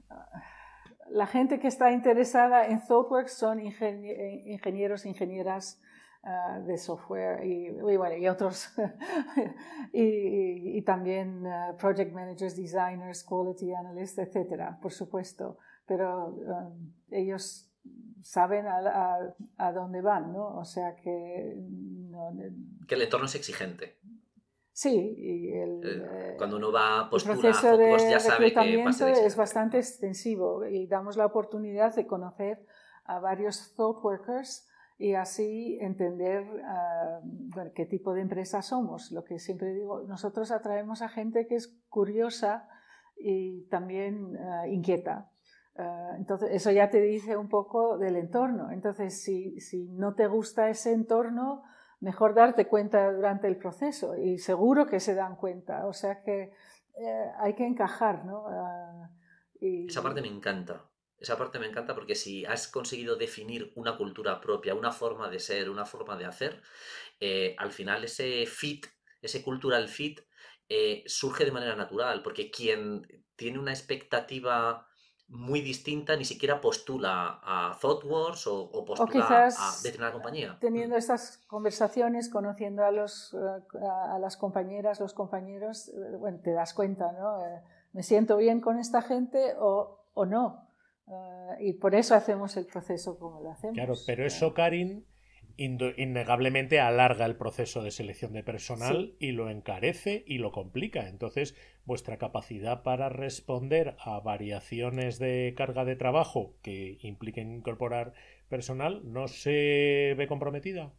La gente que está interesada en ThoughtWorks son ingenie- ingenieros, ingenieras uh, de software y, y, bueno, y otros. y, y, y también uh, project managers, designers, quality analysts, etcétera, por supuesto. Pero um, ellos saben a, a, a dónde van, ¿no? O sea que... No, que el entorno es exigente. Sí, y el, eh, cuando uno va a postular, el proceso de ya sabe que va a ser es bastante extensivo y damos la oportunidad de conocer a varios thought workers y así entender uh, bueno, qué tipo de empresa somos. Lo que siempre digo, nosotros atraemos a gente que es curiosa y también uh, inquieta. Uh, entonces, eso ya te dice un poco del entorno. Entonces, si, si no te gusta ese entorno, mejor darte cuenta durante el proceso, y seguro que se dan cuenta. O sea que eh, hay que encajar, ¿no? Uh, y... Esa parte me encanta. Esa parte me encanta porque si has conseguido definir una cultura propia, una forma de ser, una forma de hacer, eh, al final ese fit, ese cultural fit, eh, surge de manera natural, porque quien tiene una expectativa muy distinta ni siquiera postula a ThoughtWorks o, o postula o quizás a determinada compañía. Teniendo estas conversaciones, conociendo a, los, a las compañeras, los compañeros, bueno, te das cuenta, ¿no? ¿Me siento bien con esta gente o, o no? Uh, y por eso hacemos el proceso como lo hacemos. Claro, pero eso, Karin, innegablemente alarga el proceso de selección de personal, sí, y lo encarece y lo complica. Entonces, vuestra capacidad para responder a variaciones de carga de trabajo que impliquen incorporar personal no se ve comprometida.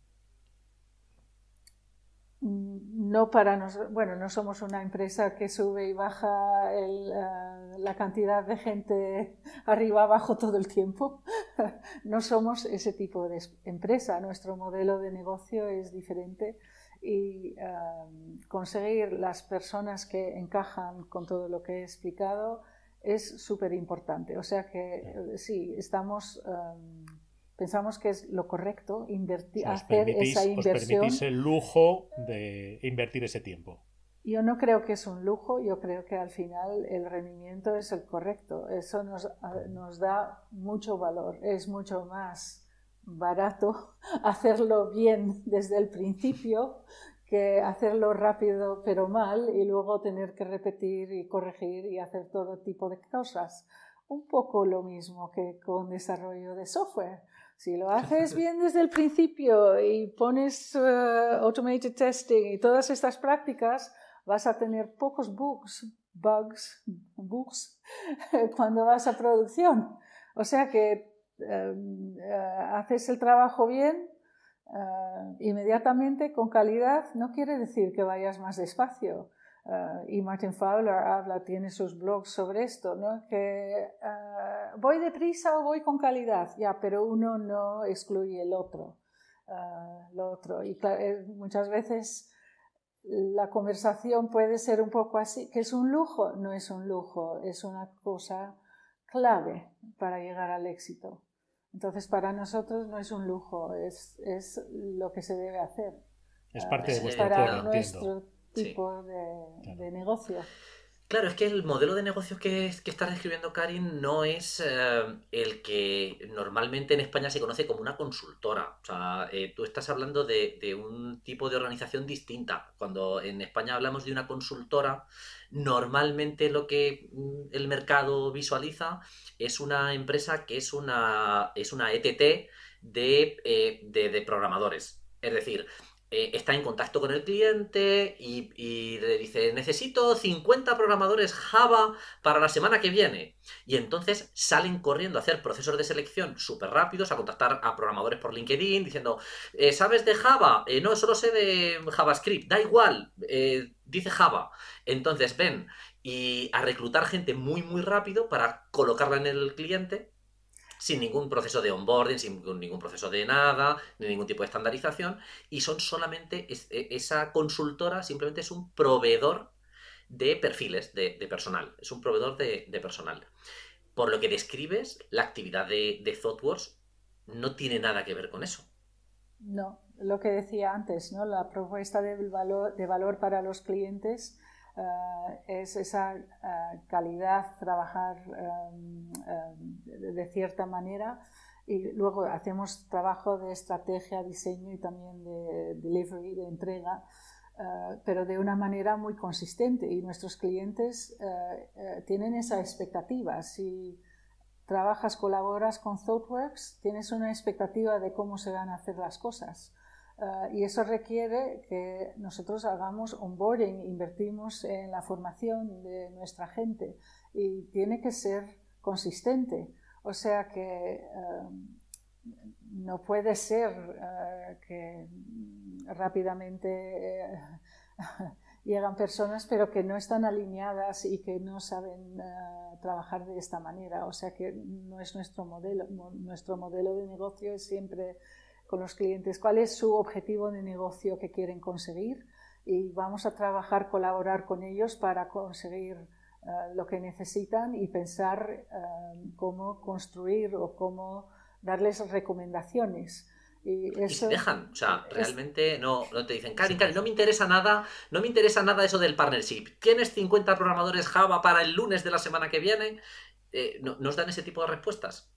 No para nosotros, bueno, no somos una empresa que sube y baja el, uh, la cantidad de gente arriba abajo todo el tiempo. No somos ese tipo de empresa. Nuestro modelo de negocio es diferente y uh, conseguir las personas que encajan con todo lo que he explicado es súper importante. O sea que sí, estamos... Um, Pensamos que es lo correcto invertir, o sea, hacer esa inversión. Os permitís el lujo de invertir ese tiempo. Yo no creo que es un lujo, yo creo que al final el rendimiento es el correcto. Eso nos, nos da mucho valor. Es mucho más barato hacerlo bien desde el principio que hacerlo rápido pero mal y luego tener que repetir y corregir y hacer todo tipo de cosas. Un poco lo mismo que con desarrollo de software. Si lo haces bien desde el principio y pones uh, automated testing y todas estas prácticas, vas a tener pocos bugs, bugs, bugs cuando vas a producción. O sea que uh, uh, haces el trabajo bien, uh, inmediatamente, con calidad, no quiere decir que vayas más despacio. Uh, y Martin Fowler habla, tiene sus blogs sobre esto, ¿no? Que uh, voy deprisa o voy con calidad, ya, pero uno no excluye el otro, uh, lo otro. Y claro, muchas veces la conversación puede ser un poco así, que es un lujo, no es un lujo, es una cosa clave para llegar al éxito. Entonces, para nosotros no es un lujo, es, es lo que se debe hacer. Es parte uh, de vuestro para core, nuestro entiendo. tipo sí. de, claro. de negocio. Claro, es que el modelo de negocio que, que estás describiendo, Karin, no es eh, el que normalmente en España se conoce como una consultora. O sea, eh, tú estás hablando de, de un tipo de organización distinta. Cuando en España hablamos de una consultora, normalmente lo que el mercado visualiza es una empresa que es una, es una E T T de, eh, de, de programadores. Es decir, Eh, está en contacto con el cliente y, y le dice, necesito cincuenta programadores Java para la semana que viene. Y entonces salen corriendo a hacer procesos de selección súper rápidos, a contactar a programadores por LinkedIn, diciendo, eh, ¿sabes de Java? Eh, no, solo sé de JavaScript, da igual, eh, dice Java. Entonces ven, y a reclutar gente muy, muy rápido para colocarla en el cliente, sin ningún proceso de onboarding, sin ningún proceso de nada, ni ningún tipo de estandarización, y son solamente, es, esa consultora simplemente es un proveedor de perfiles de, de personal, es un proveedor de, de personal. Por lo que describes, la actividad de, de ThoughtWorks no tiene nada que ver con eso. No, lo que decía antes, ¿no? La propuesta de valor, de valor para los clientes Uh, es esa uh, calidad, trabajar um, um, de, de cierta manera, y luego hacemos trabajo de estrategia, diseño y también de delivery, de entrega, uh, pero de una manera muy consistente, y nuestros clientes uh, uh, tienen esa expectativa. Si trabajas, colaboras con ThoughtWorks, tienes una expectativa de cómo se van a hacer las cosas. Uh, y eso requiere que nosotros hagamos onboarding, invertimos en la formación de nuestra gente, y tiene que ser consistente. O sea que uh, no puede ser uh, que rápidamente uh, llegan personas pero que no están alineadas y que no saben uh, trabajar de esta manera. O sea que no es nuestro modelo. Nuestro modelo de negocio es siempre con los clientes cuál es su objetivo de negocio que quieren conseguir y vamos a trabajar, colaborar con ellos para conseguir uh, lo que necesitan y pensar uh, cómo construir o cómo darles recomendaciones. Y, eso, y se dejan, o sea, realmente es... no, no te dicen, Karin, Karin, no me interesa nada, no me interesa nada eso del partnership. ¿Tienes cincuenta programadores Java para el lunes de la semana que viene? Eh, ¿no, ¿Nos dan ese tipo de respuestas?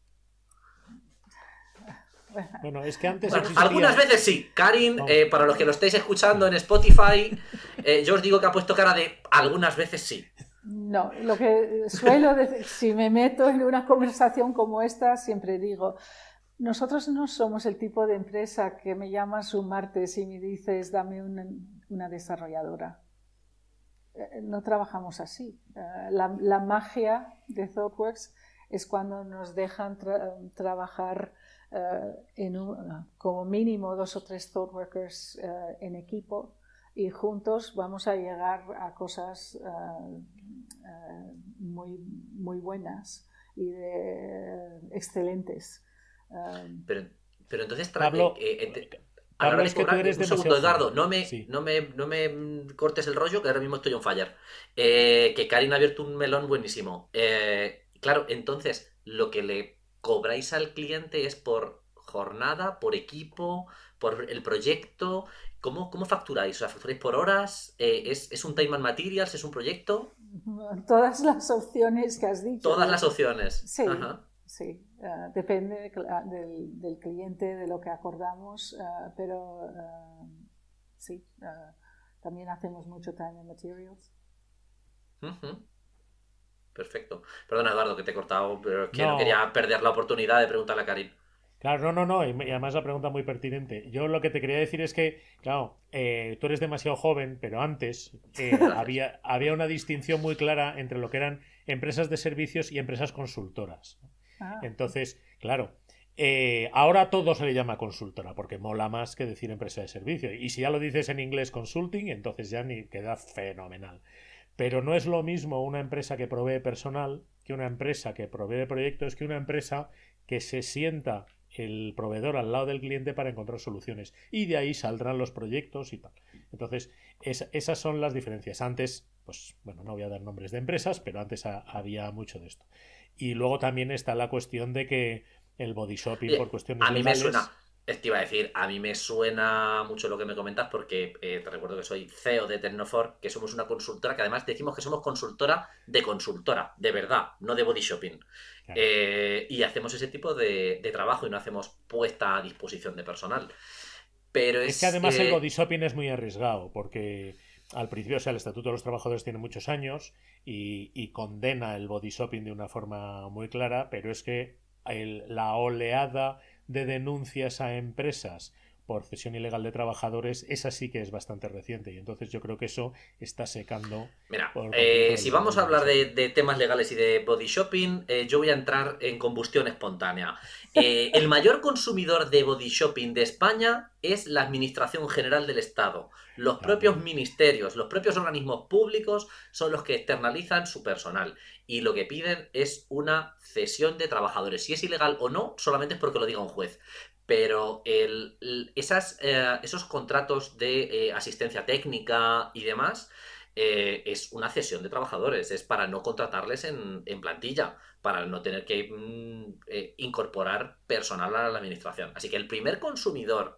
Bueno, es que antes bueno, existía... algunas veces sí. Karin, no. eh, para los que lo estéis escuchando en Spotify, eh, yo os digo que ha puesto cara de algunas veces sí. No, lo que suelo decir, si me meto en una conversación como esta, siempre digo, nosotros no somos el tipo de empresa que me llamas un martes y me dices, dame una, una desarrolladora. No trabajamos así. La, la magia de ThoughtWorks es cuando nos dejan tra trabajar uh, en un, como mínimo dos o tres ThoughtWorkers uh, en equipo y juntos vamos a llegar a cosas uh, uh, muy, muy buenas y de, uh, excelentes. Um, pero, pero entonces... Pablo, eh, eh, a la hora de cobrar, un segundo, Edgardo, no me, sí. no, me, no me cortes el rollo, que ahora mismo estoy on fire. Eh, que Karin ha abierto un melón buenísimo. Eh, claro, entonces, lo que le cobráis al cliente es por jornada, por equipo, por el proyecto. ¿Cómo, cómo facturáis? O sea, ¿facturáis por horas? Eh, ¿es, ¿Es un time and materials? ¿Es un proyecto? Todas las opciones que has dicho. Todas las opciones. Sí. Ajá. Sí, uh, depende del, del cliente, de lo que acordamos, uh, pero uh, sí, uh, también hacemos mucho time and materials. Uh-huh. Perfecto. Perdona, Eduardo, que te he cortado, pero es que no. no quería perder la oportunidad de preguntarle a Karin. Claro, no, no, no, y además la pregunta muy pertinente. Yo lo que te quería decir es que, claro, eh, tú eres demasiado joven, pero antes eh, había, había una distinción muy clara entre lo que eran empresas de servicios y empresas consultoras. Entonces, claro, eh, ahora todo se le llama consultora porque mola más que decir empresa de servicio. Y si ya lo dices en inglés consulting, entonces ya ni queda fenomenal. Pero no es lo mismo una empresa que provee personal que una empresa que provee proyectos, que una empresa que se sienta el proveedor al lado del cliente para encontrar soluciones. Y de ahí saldrán los proyectos y tal. Entonces, es, esas son las diferencias. Antes, pues, bueno, no voy a dar nombres de empresas, pero antes a, había mucho de esto. Y luego también está la cuestión de que el body shopping Oye, por cuestiones a mí legales... me suena, te iba a decir, a mí me suena mucho lo que me comentas porque eh, te recuerdo que soy C E O de Tecnofor, que somos una consultora, que además decimos que somos consultora de consultora, de verdad, no de body shopping. Claro. Eh, y hacemos ese tipo de, de trabajo y no hacemos puesta a disposición de personal. Pero es, es que además eh... el body shopping es muy arriesgado porque... Al principio, o sea, el Estatuto de los Trabajadores tiene muchos años y, y condena el body shopping de una forma muy clara, pero es que el, la oleada de denuncias a empresas por cesión ilegal de trabajadores, esa sí que es bastante reciente y entonces yo creo que eso está secando. Mira, eh, si vamos a hablar de, de temas legales y de body shopping, eh, yo voy a entrar en combustión espontánea. Eh, el mayor consumidor de body shopping de España es la Administración General del Estado. Los claro. propios ministerios, los propios organismos públicos son los que externalizan su personal y lo que piden es una cesión de trabajadores. Si es ilegal o no, solamente es porque lo diga un juez. Pero el, el, esas, eh, esos contratos de eh, asistencia técnica y demás eh, es una cesión de trabajadores, es para no contratarles en, en plantilla, para no tener que mm, eh, incorporar personal a la administración. Así que el primer consumidor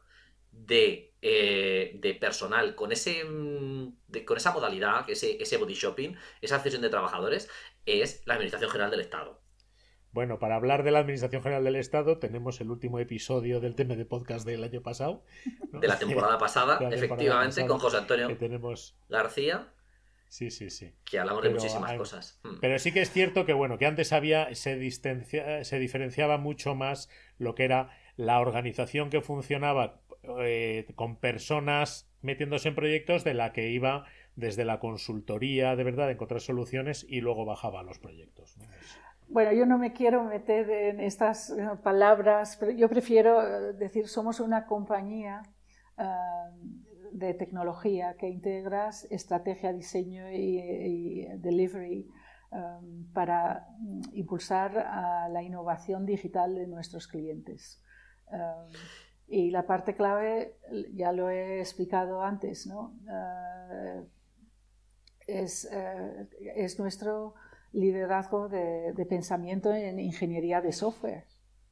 de, eh, de personal con, ese, de, con esa modalidad, ese, ese body shopping, esa cesión de trabajadores, es la Administración General del Estado. Bueno, para hablar de la Administración General del Estado tenemos el último episodio del T M D Podcast del año pasado, ¿no? De la temporada pasada, la temporada efectivamente, pasada, con José Antonio que tenemos... García. Sí, sí, sí. Que hablamos pero, de muchísimas hay... cosas. Pero sí que es cierto que, bueno, que antes había, se, distancia, se diferenciaba mucho más lo que era la organización que funcionaba eh, con personas metiéndose en proyectos de la que iba desde la consultoría, de verdad, de encontrar soluciones y luego bajaba a los proyectos, ¿no? Bueno, yo no me quiero meter en estas uh, palabras, pero yo prefiero uh, decir somos una compañía uh, de tecnología que integra estrategia, diseño y, y delivery um, para um, impulsar a la innovación digital de nuestros clientes. Um, Y la parte clave, ya lo he explicado antes, ¿no? Uh, es, uh, es nuestro liderazgo de, de pensamiento en ingeniería de software.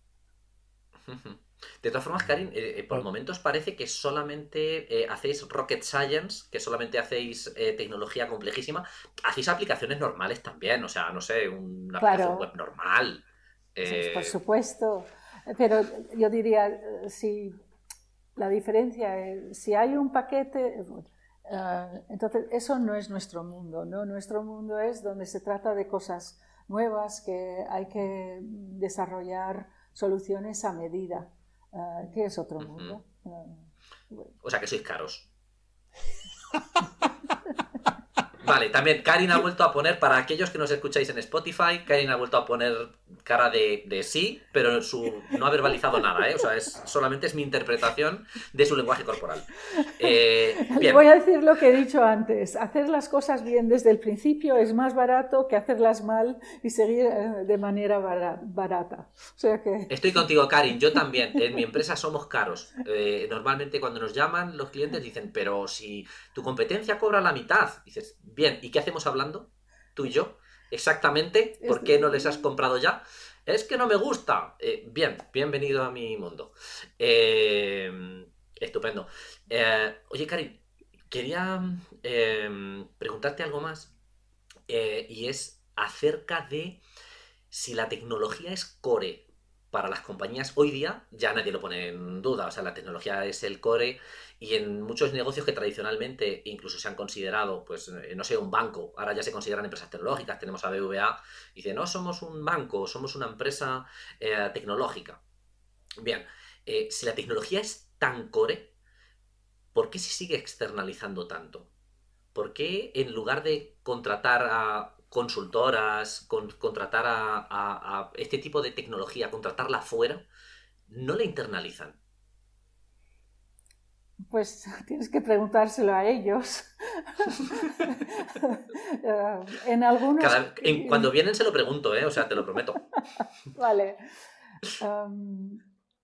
De todas formas, Karin, eh, por momentos parece que solamente eh, hacéis rocket science, que solamente hacéis eh, tecnología complejísima. Hacéis aplicaciones normales también, o sea, no sé, una aplicación Claro, web normal. sí, por Eh... supuesto. Pero yo diría, si la diferencia es, si hay un paquete, uh, entonces eso no es nuestro mundo, ¿no? Nuestro mundo es donde se trata de cosas nuevas, que hay que desarrollar soluciones a medida. Uh, ¿Qué es otro Uh-huh. mundo? Uh, bueno. O sea, que sois caros. Vale, también Karin ha vuelto a poner, para aquellos que nos escucháis en Spotify, Karin ha vuelto a poner cara de, de sí, pero su, no ha verbalizado nada, ¿eh? O sea, es, solamente es mi interpretación de su lenguaje corporal. Eh, bien. Voy a decir lo que he dicho antes. Hacer las cosas bien desde el principio es más barato que hacerlas mal y seguir de manera barata. O sea que... Estoy contigo, Karin, yo también. En mi empresa somos caros. Eh, normalmente cuando nos llaman los clientes dicen, pero si tu competencia cobra la mitad. Dices, bien, ¿y qué hacemos hablando? Tú y yo. Exactamente. ¿Por qué no les has comprado ya? Es que no me gusta. Eh, bien, bienvenido a mi mundo. Eh, estupendo. Eh, oye, Karin, quería eh, preguntarte algo más. Eh, y es acerca de si la tecnología es core para las compañías hoy día, ya nadie lo pone en duda, o sea, la tecnología es el core y en muchos negocios que tradicionalmente incluso se han considerado, pues, no sé, un banco, ahora ya se consideran empresas tecnológicas, tenemos a B V A, y dice, no, somos un banco, somos una empresa eh, tecnológica. Bien, eh, si la tecnología es tan core, ¿por qué se sigue externalizando tanto? ¿Por qué en lugar de contratar a consultoras, con, contratar a, a, a este tipo de tecnología, contratarla afuera, no la internalizan? Pues tienes que preguntárselo a ellos. uh, en algunos... Cada, en, cuando vienen se lo pregunto, ¿eh? O sea, te lo prometo. Vale. Um,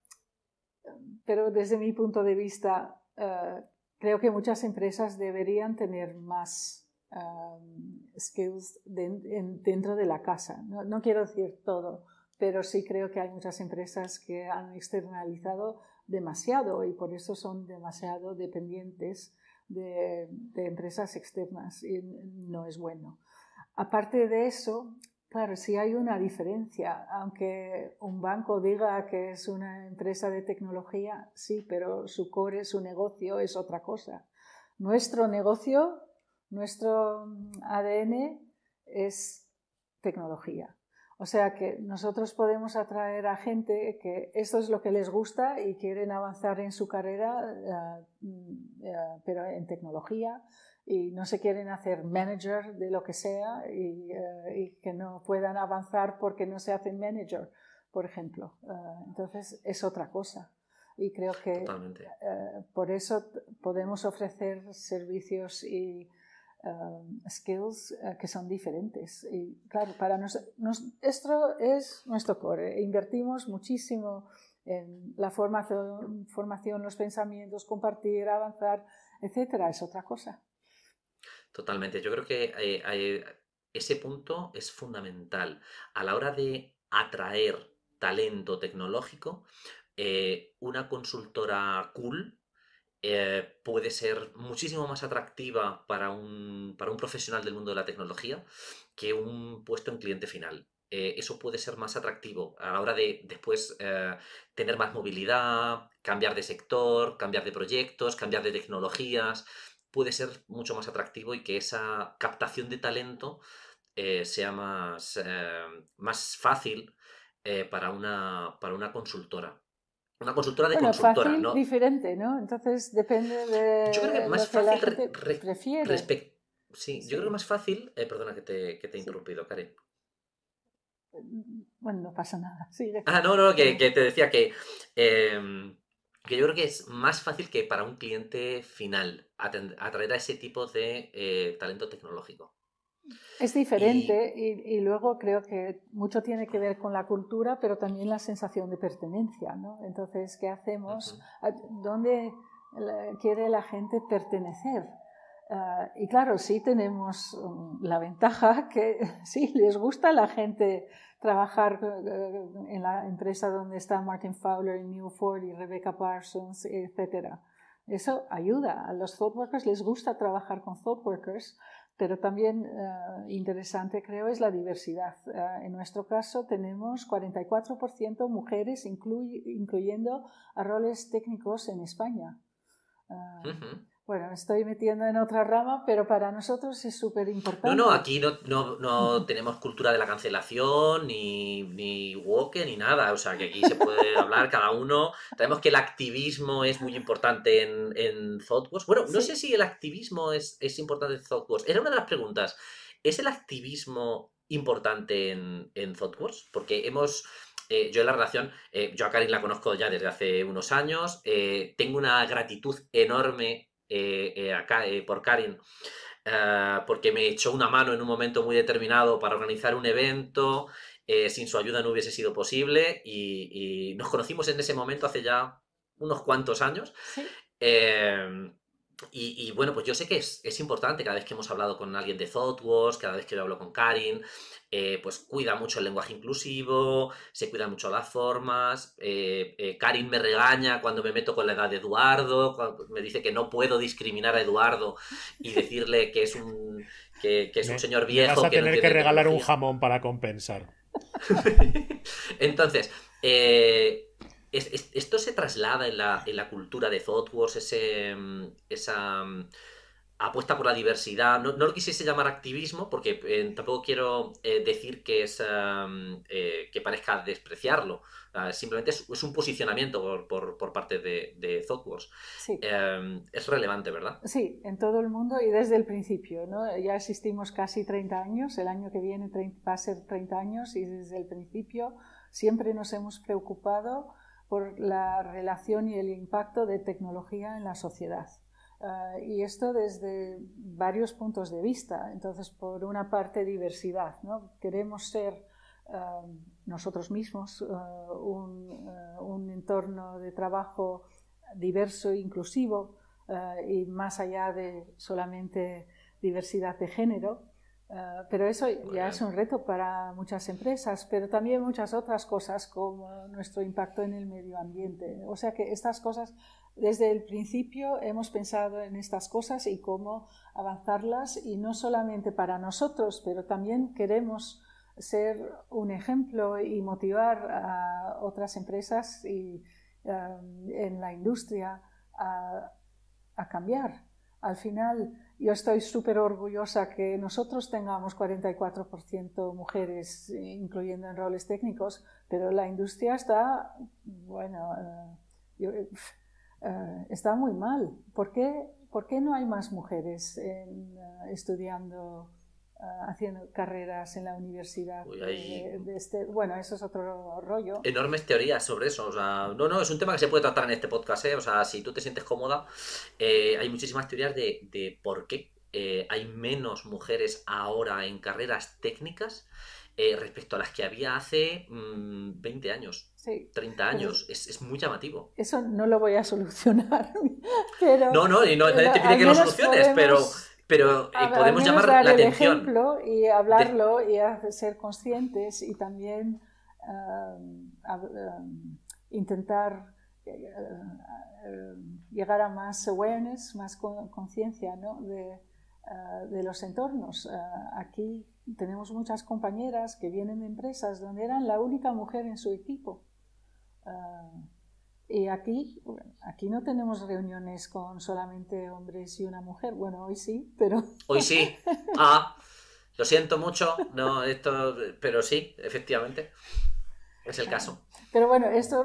pero desde mi punto de vista, uh, creo que muchas empresas deberían tener más um, skills de, en, dentro de la casa. No, no quiero decir todo, pero sí creo que hay muchas empresas que han externalizado demasiado y por eso son demasiado dependientes de, de empresas externas y no es bueno. Aparte de eso, claro, sí hay una diferencia, aunque un banco diga que es una empresa de tecnología, sí, pero su core, su negocio es otra cosa. Nuestro negocio, nuestro A D N es tecnología. O sea que nosotros podemos atraer a gente que esto es lo que les gusta y quieren avanzar en su carrera, uh, uh, pero en tecnología, y no se quieren hacer manager de lo que sea y, uh, y que no puedan avanzar porque no se hacen manager, por ejemplo. Uh, entonces es otra cosa. Y creo que uh, por eso podemos ofrecer servicios y Um, skills uh, que son diferentes. Y claro, para nos, nos, esto es nuestro core. Invertimos muchísimo en la formación, formación, los pensamientos, compartir, avanzar, etcétera. Es otra cosa. Totalmente. Yo creo que eh, eh, ese punto es fundamental a la hora de atraer talento tecnológico. Eh, una consultora cool Eh, puede ser muchísimo más atractiva para un, para un profesional del mundo de la tecnología que un puesto en cliente final. Eh, eso puede ser más atractivo a la hora de después eh, tener más movilidad, cambiar de sector, cambiar de proyectos, cambiar de tecnologías. Puede ser mucho más atractivo y que esa captación de talento eh, sea más, eh, más fácil eh, para, una, para una consultora. Una consultora de bueno, consultora, fácil, ¿no? diferente, ¿no? Entonces depende de Yo creo que más lo que la fácil gente re, re, prefiere. respect, sí, Sí. yo creo que más fácil. Eh, perdona que te, que te he Sí. interrumpido, Karen. Bueno, no pasa nada. Sigue. Ah, no, no, que, que te decía que, eh, que yo creo que es más fácil que para un cliente final atraer a ese tipo de eh, talento tecnológico. Es diferente y... Y, y luego creo que mucho tiene que ver con la cultura, pero también la sensación de pertenencia, ¿no? Entonces, ¿qué hacemos? Uh-huh. ¿Dónde quiere la gente pertenecer? Uh, y claro, sí tenemos um, la ventaja que sí, les gusta a la gente trabajar uh, en la empresa donde está Martin Fowler, Newford y Rebecca Parsons, etcétera. Eso ayuda. A los ThoughtWorkers les gusta trabajar con ThoughtWorkers, pero también uh, interesante creo es la diversidad. Uh, en nuestro caso tenemos cuarenta y cuatro por ciento mujeres, incluy, incluyendo a roles técnicos en España. Uh, uh-huh. Bueno, me estoy metiendo en otra rama, pero para nosotros es súper importante. No, no, aquí no, no, no tenemos cultura de la cancelación, ni, ni woke, ni nada. O sea, que aquí se puede hablar cada uno. Sabemos que el activismo es muy importante en, en ThoughtWorks. Bueno, no sí. sé si el activismo es, es importante en ThoughtWorks. Era una de las preguntas. ¿Es el activismo importante en, en ThoughtWorks? Porque hemos... Eh, yo en la relación, eh, yo a Karin la conozco ya desde hace unos años. Eh, tengo una gratitud enorme Eh, eh, acá, eh, por Karin, eh, porque me echó una mano en un momento muy determinado para organizar un evento. Eh, sin su ayuda no hubiese sido posible y, y nos conocimos en ese momento hace ya unos cuantos años. Sí. Eh, y, y bueno, pues yo sé que es, es importante cada vez que hemos hablado con alguien de ThoughtWorks, cada vez que yo hablo con Karin, eh, pues cuida mucho el lenguaje inclusivo, se cuidan mucho las formas. Eh, eh, Karin me regaña cuando me meto con la edad de Eduardo, cuando me dice que no puedo discriminar a Eduardo y decirle que es un, que, que es un me, señor viejo. Me vas a que tener no que regalar tecnología. un jamón para compensar. Entonces, eh, es, es, esto se traslada en la, en la cultura de ThoughtWorks, ese, esa apuesta por la diversidad. No, no lo quisiese llamar activismo, porque eh, tampoco quiero eh, decir que es um, eh, que parezca despreciarlo. Uh, simplemente es, es un posicionamiento por, por, por parte de, de ThoughtWorks. Sí. Eh, es relevante, ¿verdad? Sí, en todo el mundo y desde el principio, ¿no? Ya existimos casi treinta años, el año que viene va a ser treinta años y desde el principio siempre nos hemos preocupado por la relación y el impacto de tecnología en la sociedad. Uh, y esto desde varios puntos de vista. Entonces, por una parte, diversidad, ¿no? Queremos ser uh, nosotros mismos uh, un, uh, un entorno de trabajo diverso e inclusivo uh, y más allá de solamente diversidad de género. Uh, pero eso ya es un reto para muchas empresas, pero también muchas otras cosas como nuestro impacto en el medio ambiente. O sea que estas cosas, desde el principio hemos pensado en estas cosas y cómo avanzarlas, y no solamente para nosotros, pero también queremos ser un ejemplo y motivar a otras empresas y, um, en la industria a, a cambiar. Al final, yo estoy súper orgullosa que nosotros tengamos cuarenta y cuatro por ciento mujeres, incluyendo en roles técnicos, pero la industria está, bueno, uh, yo, uh, está muy mal. ¿Por qué, por qué no hay más mujeres en, uh, estudiando, uh, haciendo carreras en la universidad? Uy, hay... de, de este, bueno, eso es otro rollo. Enormes teorías sobre eso. O sea, no, no, es un tema que se puede tratar en este podcast, ¿eh? O sea, si tú te sientes cómoda, eh, hay muchísimas teorías de, de por qué eh, hay menos mujeres ahora en carreras técnicas eh, respecto a las que había hace mmm, veinte años, sí, treinta años. Es, es muy llamativo. Eso no lo voy a solucionar. Pero, no, no, y no, nadie te pide que lo soluciones, pero... Pero eh, podemos llamar la atención. El ejemplo y hablarlo de... y hacer, ser conscientes y también uh, uh, intentar uh, uh, llegar a más awareness, más conciencia, ¿no? de, uh, de los entornos. Uh, aquí tenemos muchas compañeras que vienen de empresas donde eran la única mujer en su equipo. Uh, Y aquí, aquí no tenemos reuniones con solamente hombres y una mujer. Bueno, hoy sí, pero... Hoy sí. Ah, lo siento mucho. No, esto... Pero sí, efectivamente. Es el caso. Pero bueno, esto...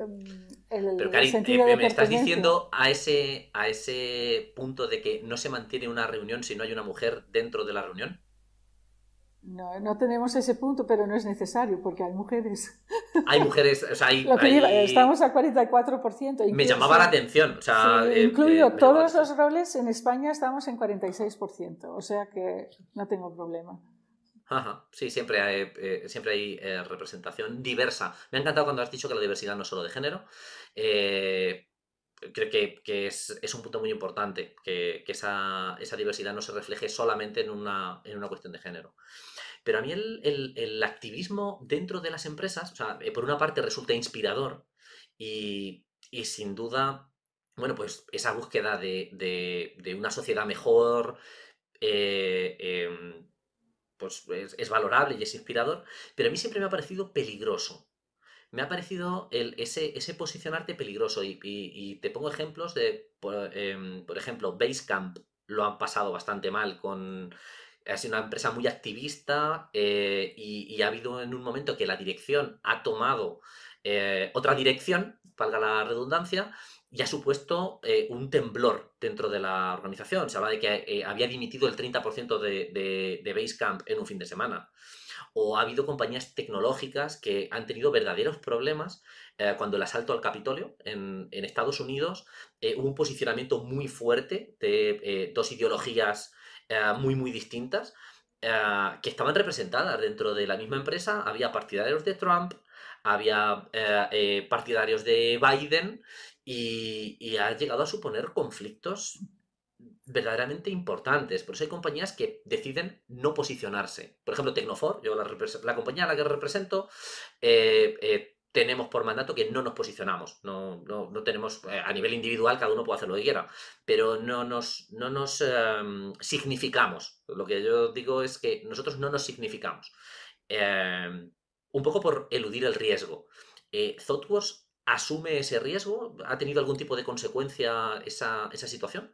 El, pero, Karin, el sentido eh, de me estás pertenencia. diciendo a ese, a ese punto de que no se mantiene una reunión si no hay una mujer dentro de la reunión. No, no tenemos ese punto, pero no es necesario porque hay mujeres. Hay mujeres, o sea, hay... Lo que hay... digo, estamos al cuarenta y cuatro por ciento. Me llamaba la atención. O sea, sí, eh, incluido eh, todos los roles, en España estamos en cuarenta y seis por ciento, o sea que no tengo problema. Ajá, sí, siempre hay, eh, siempre hay eh, representación diversa. Me ha encantado cuando has dicho que la diversidad no es solo de género. Eh, creo que, que es, es un punto muy importante, que, que esa, esa diversidad no se refleje solamente en una, en una cuestión de género. Pero a mí el, el, el activismo dentro de las empresas, o sea, eh, por una parte resulta inspirador y, y sin duda, bueno, pues esa búsqueda de, de, de una sociedad mejor, eh, eh, pues es, es valorable y es inspirador, pero a mí siempre me ha parecido peligroso. Me ha parecido el, ese, ese posicionarte peligroso y, y, y te pongo ejemplos de, por, eh, por ejemplo, Basecamp lo han pasado bastante mal con... Ha sido una empresa muy activista eh, y, y ha habido en un momento que la dirección ha tomado eh, otra dirección, valga la redundancia, y ha supuesto eh, un temblor dentro de la organización. Se habla de que eh, había dimitido el treinta por ciento de, de, de Basecamp en un fin de semana. O ha habido compañías tecnológicas que han tenido verdaderos problemas eh, cuando el asalto al Capitolio en, en Estados Unidos eh, hubo un posicionamiento muy fuerte de eh, dos ideologías eh, muy muy distintas eh, que estaban representadas dentro de la misma empresa. Había partidarios de Trump, había eh, eh, partidarios de Biden y, y ha llegado a suponer conflictos verdaderamente importantes. Por eso hay compañías que deciden no posicionarse. Por ejemplo, Tecnofor, yo la, la compañía a la que represento, eh, eh, tenemos por mandato que no nos posicionamos. No, no, no tenemos, eh, a nivel individual, cada uno puede hacer lo que quiera, pero no nos, no nos eh, significamos. Lo que yo digo es que nosotros no nos significamos. Eh, un poco por eludir el riesgo. Eh, ThoughtWorks asume ese riesgo. ¿Ha tenido algún tipo de consecuencia esa, esa situación?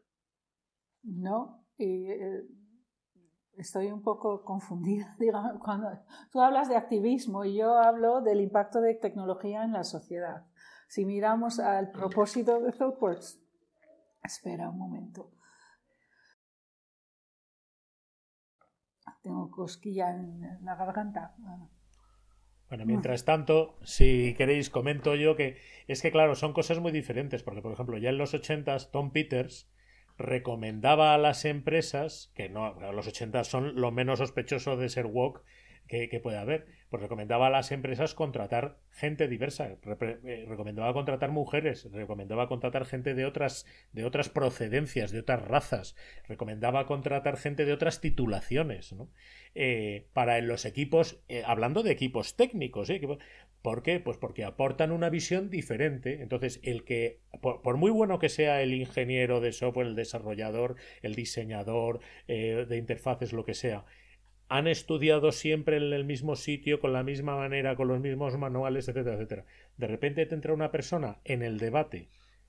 No, y eh, estoy un poco confundida. Digamos, cuando tú hablas de activismo y yo hablo del impacto de tecnología en la sociedad. Si miramos al propósito de ThoughtWorks, espera un momento. Tengo cosquilla en la garganta. Bueno, mientras tanto, si queréis, comento yo que es que, claro, son cosas muy diferentes, porque, por ejemplo, ya en los ochentas, Tom Peters recomendaba a las empresas, que no, los ochenta son lo menos sospechoso de ser woke que, que puede haber, pues recomendaba a las empresas contratar gente diversa, Repre, eh, recomendaba contratar mujeres, recomendaba contratar gente de otras, de otras procedencias, de otras razas, recomendaba contratar gente de otras titulaciones, ¿no? Eh, para en los equipos, eh, hablando de equipos técnicos, ¿eh? ¿Por qué? Pues porque aportan una visión diferente. Entonces, el que, por, por muy bueno que sea el ingeniero de software, el desarrollador, el diseñador eh, de interfaces, lo que sea, han estudiado siempre en el mismo sitio, con la misma manera, con los mismos manuales, etcétera, etcétera. De repente te entra una persona en el debate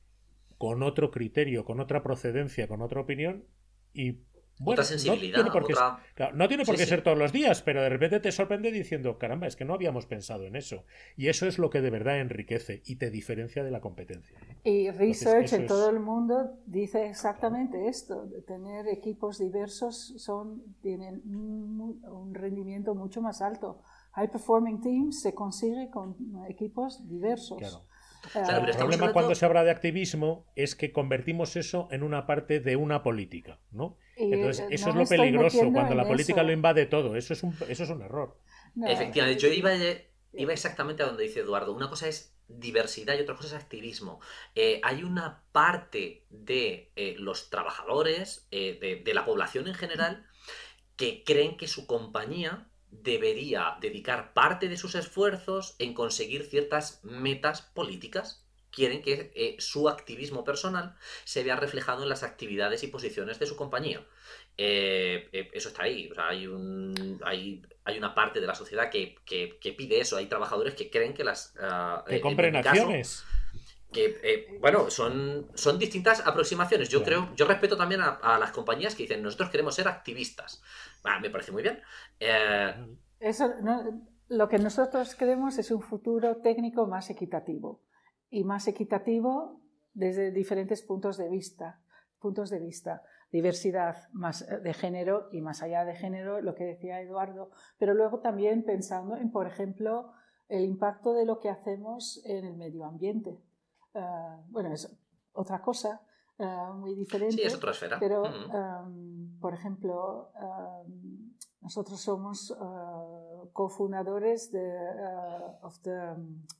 con otro criterio, con otra procedencia, con otra opinión y bueno, otra sensibilidad, no tiene por qué, otra... claro, no tiene por sí, qué sí. ser todos los días, pero de repente te sorprende diciendo, caramba, es que no habíamos pensado en eso. Y eso es lo que de verdad enriquece y te diferencia de la competencia. Y research en es... todo el mundo dice exactamente claro. esto, de tener equipos diversos son, tienen un, un rendimiento mucho más alto. High performing teams se consigue con equipos diversos. Claro. Claro, el problema hablando... cuando se habla de activismo es que convertimos eso en una parte de una política, ¿no? Y Entonces, eso no es lo peligroso, cuando la política eso. lo invade todo. Eso es un, eso es un error. No. Efectivamente, yo iba, iba exactamente a donde dice Eduardo. Una cosa es diversidad y otra cosa es activismo. Eh, hay una parte de eh, los trabajadores, eh, de, de la población en general, que creen que su compañía debería dedicar parte de sus esfuerzos en conseguir ciertas metas políticas. Quieren que eh, su activismo personal se vea reflejado en las actividades y posiciones de su compañía. Eh, eh, eso está ahí. O sea, hay, un, hay, hay una parte de la sociedad que, que, que pide eso. Hay trabajadores que creen que las... Uh, que compren acciones. Que, eh, bueno, son, son distintas aproximaciones. Yo claro. creo, yo respeto también a, a las compañías que dicen, nosotros queremos ser activistas. Ah, me parece muy bien. Eh... Eso, no, lo que nosotros queremos es un futuro técnico más equitativo. Y más equitativo desde diferentes puntos de vista. puntos de vista. Diversidad más de género y más allá de género, lo que decía Eduardo, pero luego también pensando en, por ejemplo, el impacto de lo que hacemos en el medio ambiente. Uh, bueno, es otra cosa uh, muy diferente. Sí, es otra esfera. Pero, uh-huh. um, por ejemplo, um, nosotros somos uh, cofundadores de uh, of the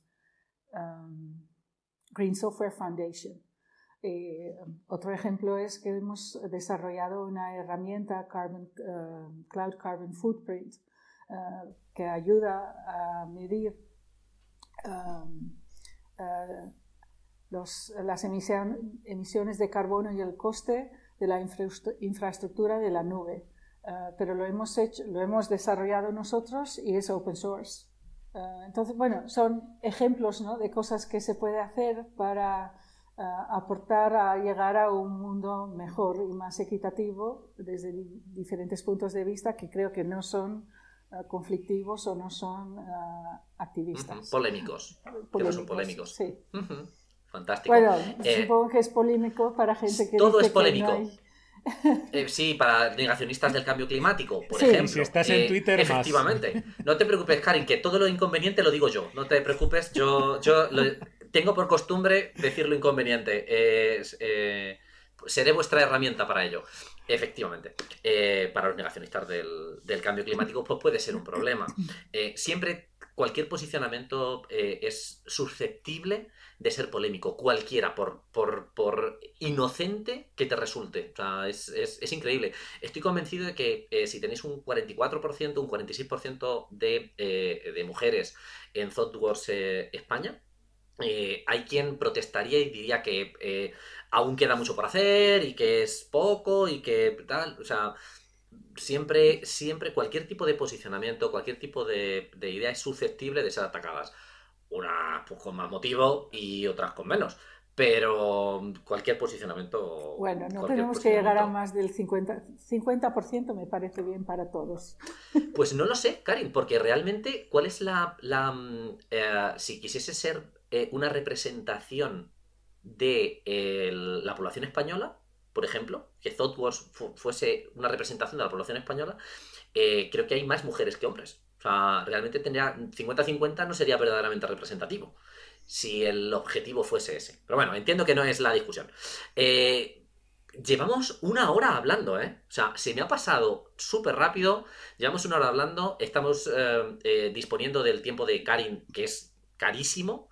um, Green Software Foundation. Eh, otro ejemplo es que hemos desarrollado una herramienta Carbon, uh, Cloud Carbon Footprint uh, que ayuda a medir um, uh, los, las emisión, emisiones de carbono y el coste de la infra, infraestructura de la nube. Uh, pero lo hemos, hecho, lo hemos desarrollado nosotros y es open source. Uh, entonces, bueno, son ejemplos, ¿no?, de cosas que se puede hacer para Uh, aportar a llegar a un mundo mejor y más equitativo desde di diferentes puntos de vista que creo que no son uh, conflictivos o no son uh, activistas. Uh-huh. Polémicos. Polémicos. Que no son polémicos. Sí. Uh-huh. Fantástico. Bueno, eh, supongo que es polémico para gente que todo dice es polémico. Que no hay... Eh, sí, para negacionistas del cambio climático, por sí. ejemplo. Si estás en eh, Twitter, efectivamente. Más. No te preocupes, Karin, que todo lo inconveniente lo digo yo. No te preocupes, yo, yo lo, tengo por costumbre decir lo inconveniente. Eh, eh, seré vuestra herramienta para ello. Efectivamente. Eh, para los negacionistas del, del cambio climático, pues puede ser un problema. Eh, siempre cualquier posicionamiento eh, es susceptible de ser polémico, cualquiera, por, por, por inocente que te resulte. O sea, es, es, es increíble. Estoy convencido de que eh, si tenéis un cuarenta y cuatro por ciento, un cuarenta y seis por ciento de, eh, de mujeres en ThoughtWorks eh, España, eh, hay quien protestaría y diría que eh, aún queda mucho por hacer y que es poco y que tal, o sea... Siempre, siempre cualquier tipo de posicionamiento, cualquier tipo de, de idea es susceptible de ser atacadas. Unas pues, con más motivo y otras con menos. Pero cualquier posicionamiento... Bueno, no cualquier tenemos que llegar a más del cincuenta, cincuenta por ciento, me parece bien para todos. Pues no lo sé, Karin, porque realmente, ¿cuál es la... la eh, si quisiese ser eh, una representación de eh, la población española, por ejemplo, que ThoughtWorks fu fuese una representación de la población española, eh, creo que hay más mujeres que hombres. O sea, realmente tendría cincuenta cincuenta, no sería verdaderamente representativo si el objetivo fuese ese. Pero bueno, entiendo que no es la discusión. Eh, llevamos una hora hablando, ¿eh? O sea, se me ha pasado súper rápido. Llevamos una hora hablando. Estamos eh, eh, disponiendo del tiempo de Karin, que es carísimo.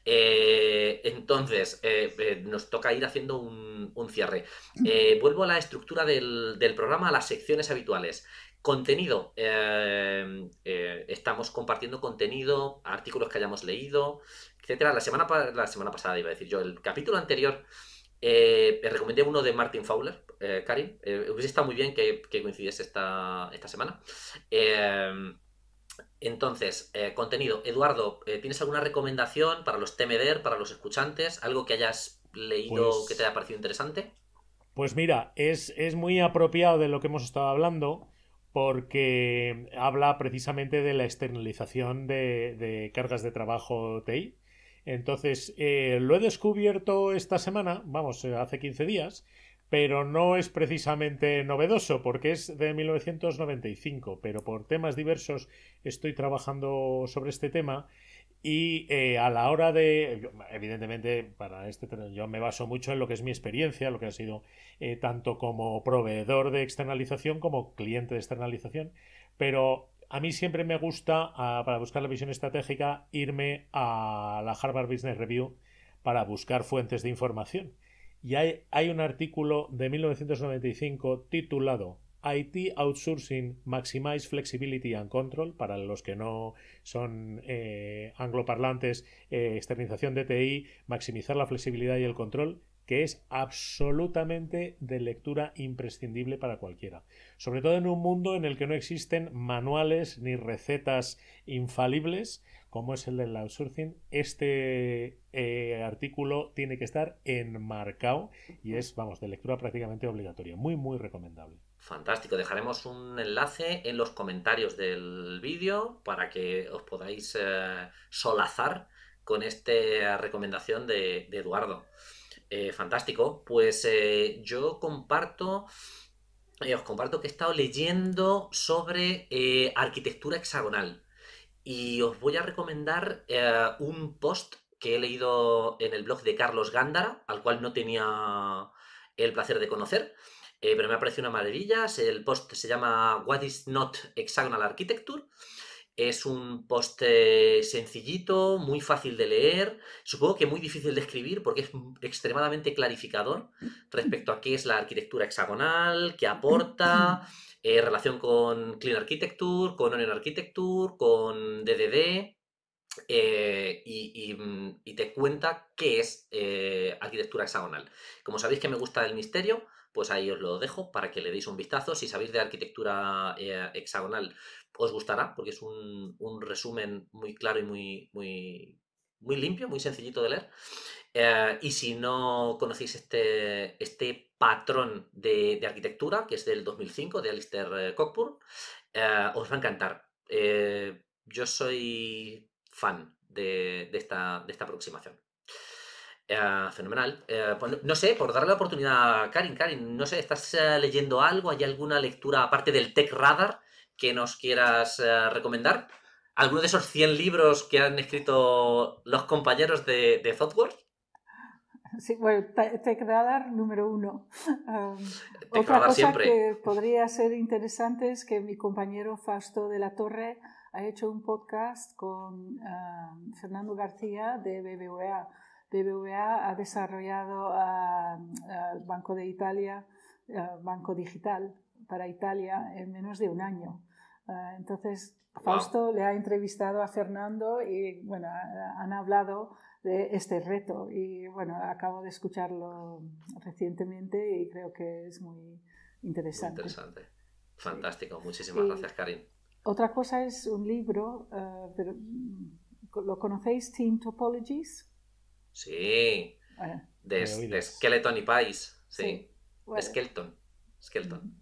Eh, entonces, eh, eh, nos toca ir haciendo un, un cierre. Eh, vuelvo a la estructura del, del programa, a las secciones habituales. Contenido. Eh, eh, estamos compartiendo contenido, artículos que hayamos leído, etcétera. La semana, la semana pasada, iba a decir yo, el capítulo anterior, eh, recomendé uno de Martin Fowler, eh, Karin. Eh, hubiese estado muy bien que, que coincidiese esta, esta semana. Eh, Entonces, eh, contenido. Eduardo, eh, ¿tienes alguna recomendación para los TMDer, para los escuchantes? ¿Algo que hayas leído pues, que te haya parecido interesante? Pues mira, es, es muy apropiado de lo que hemos estado hablando porque habla precisamente de la externalización de, de cargas de trabajo T I. Entonces, eh, lo he descubierto esta semana, vamos, hace quince días, pero no es precisamente novedoso porque es de mil novecientos noventa y cinco, pero por temas diversos estoy trabajando sobre este tema y eh, a la hora de, evidentemente para este yo me baso mucho en lo que es mi experiencia, lo que ha sido eh, tanto como proveedor de externalización como cliente de externalización, pero a mí siempre me gusta, a, para buscar la visión estratégica, irme a la Harvard Business Review para buscar fuentes de información. Y hay, hay un artículo de mil novecientos noventa y cinco titulado I T Outsourcing Maximize Flexibility and Control, para los que no son eh, angloparlantes, eh, externalización de T I, maximizar la flexibilidad y el control, que es absolutamente de lectura imprescindible para cualquiera. Sobre todo en un mundo en el que no existen manuales ni recetas infalibles, como es el del outsourcing. Este eh, artículo tiene que estar enmarcado y es, vamos, de lectura prácticamente obligatoria. Muy, muy recomendable. Fantástico. Dejaremos un enlace en los comentarios del vídeo para que os podáis eh, solazar con esta recomendación de, de Eduardo. Eh, fantástico. Pues eh, yo comparto, eh, os comparto que he estado leyendo sobre eh, arquitectura hexagonal y os voy a recomendar eh, un post que he leído en el blog de Carlos Gándara, al cual no tenía el placer de conocer, eh, pero me ha parecido una maravilla. El post se llama What is not Hexagonal Architecture. Es un post eh, sencillito, muy fácil de leer, supongo que muy difícil de escribir porque es extremadamente clarificador respecto a qué es la arquitectura hexagonal, qué aporta, eh, relación con Clean Architecture, con Onion Architecture, con D D D, eh, y, y, y te cuenta qué es eh, arquitectura hexagonal. Como sabéis que me gusta el misterio, pues ahí os lo dejo para que le deis un vistazo. Si sabéis de arquitectura eh, hexagonal, os gustará, porque es un, un resumen muy claro y muy, muy, muy limpio, muy sencillito de leer. Eh, y si no conocéis este, este patrón de, de arquitectura, que es del dos mil cinco, de Alistair eh, Cockburn, eh, os va a encantar. Eh, yo soy fan de, de, esta, de esta aproximación. Eh, fenomenal. Eh, pues, no sé, por darle la oportunidad a Karin. Karin, no sé, ¿estás eh, leyendo algo? ¿Hay alguna lectura, aparte del Tech Radar, que nos quieras eh, recomendar? ¿Alguno de esos cien libros que han escrito los compañeros de, de ThoughtWorks? Sí, bueno, Tech Radar número uno. Um, Tech otra Radar cosa siempre. que podría ser interesante es que mi compañero Fausto de la Torre ha hecho un podcast con uh, Fernando García de B B V A. B B V A ha desarrollado uh, uh, Banco de Italia, uh, Banco Digital para Italia en menos de un año. Uh, entonces, Fausto wow. le ha entrevistado a Fernando y bueno, han hablado de este reto y bueno, acabo de escucharlo recientemente y creo que es muy interesante. Muy interesante. Fantástico. Sí. Muchísimas y gracias, Karin. Otra cosa es un libro, uh, pero, ¿lo conocéis? Team Topologies. Sí. Bueno. De, de Skeleton y Pies. Sí. sí. Bueno. Skeleton. Skeleton.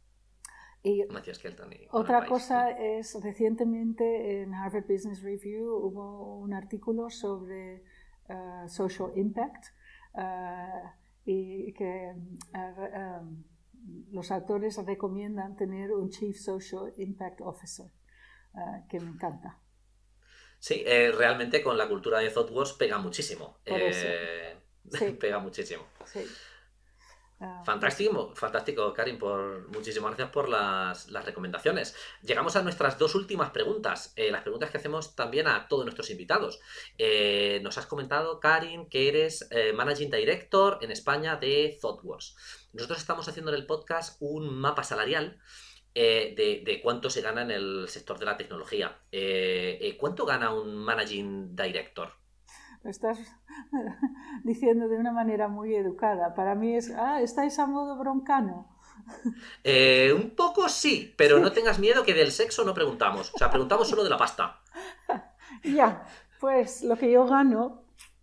Y otra cosa es, recientemente en Harvard Business Review hubo un artículo sobre uh, social impact uh, y que uh, um, los autores recomiendan tener un Chief Social Impact Officer, uh, que me encanta. Sí, eh, realmente con la cultura de ThoughtWorks pega muchísimo. Por eso. Eh, sí. Pega muchísimo. Sí. Uh, fantástico, fantástico, Karin, por, muchísimas gracias por las, las recomendaciones. Llegamos a nuestras dos últimas preguntas, eh, las preguntas que hacemos también a todos nuestros invitados. Eh, nos has comentado, Karin, que eres eh, Managing Director en España de ThoughtWorks. Nosotros estamos haciendo en el podcast un mapa salarial eh, de, de cuánto se gana en el sector de la tecnología. Eh, eh, ¿Cuánto gana un Managing Director? Lo estás diciendo de una manera muy educada. Para mí es, ah, estáis a modo broncano. Eh, un poco sí, pero no tengas miedo que del sexo no preguntamos. O sea, preguntamos solo de la pasta. Ya, pues lo que yo gano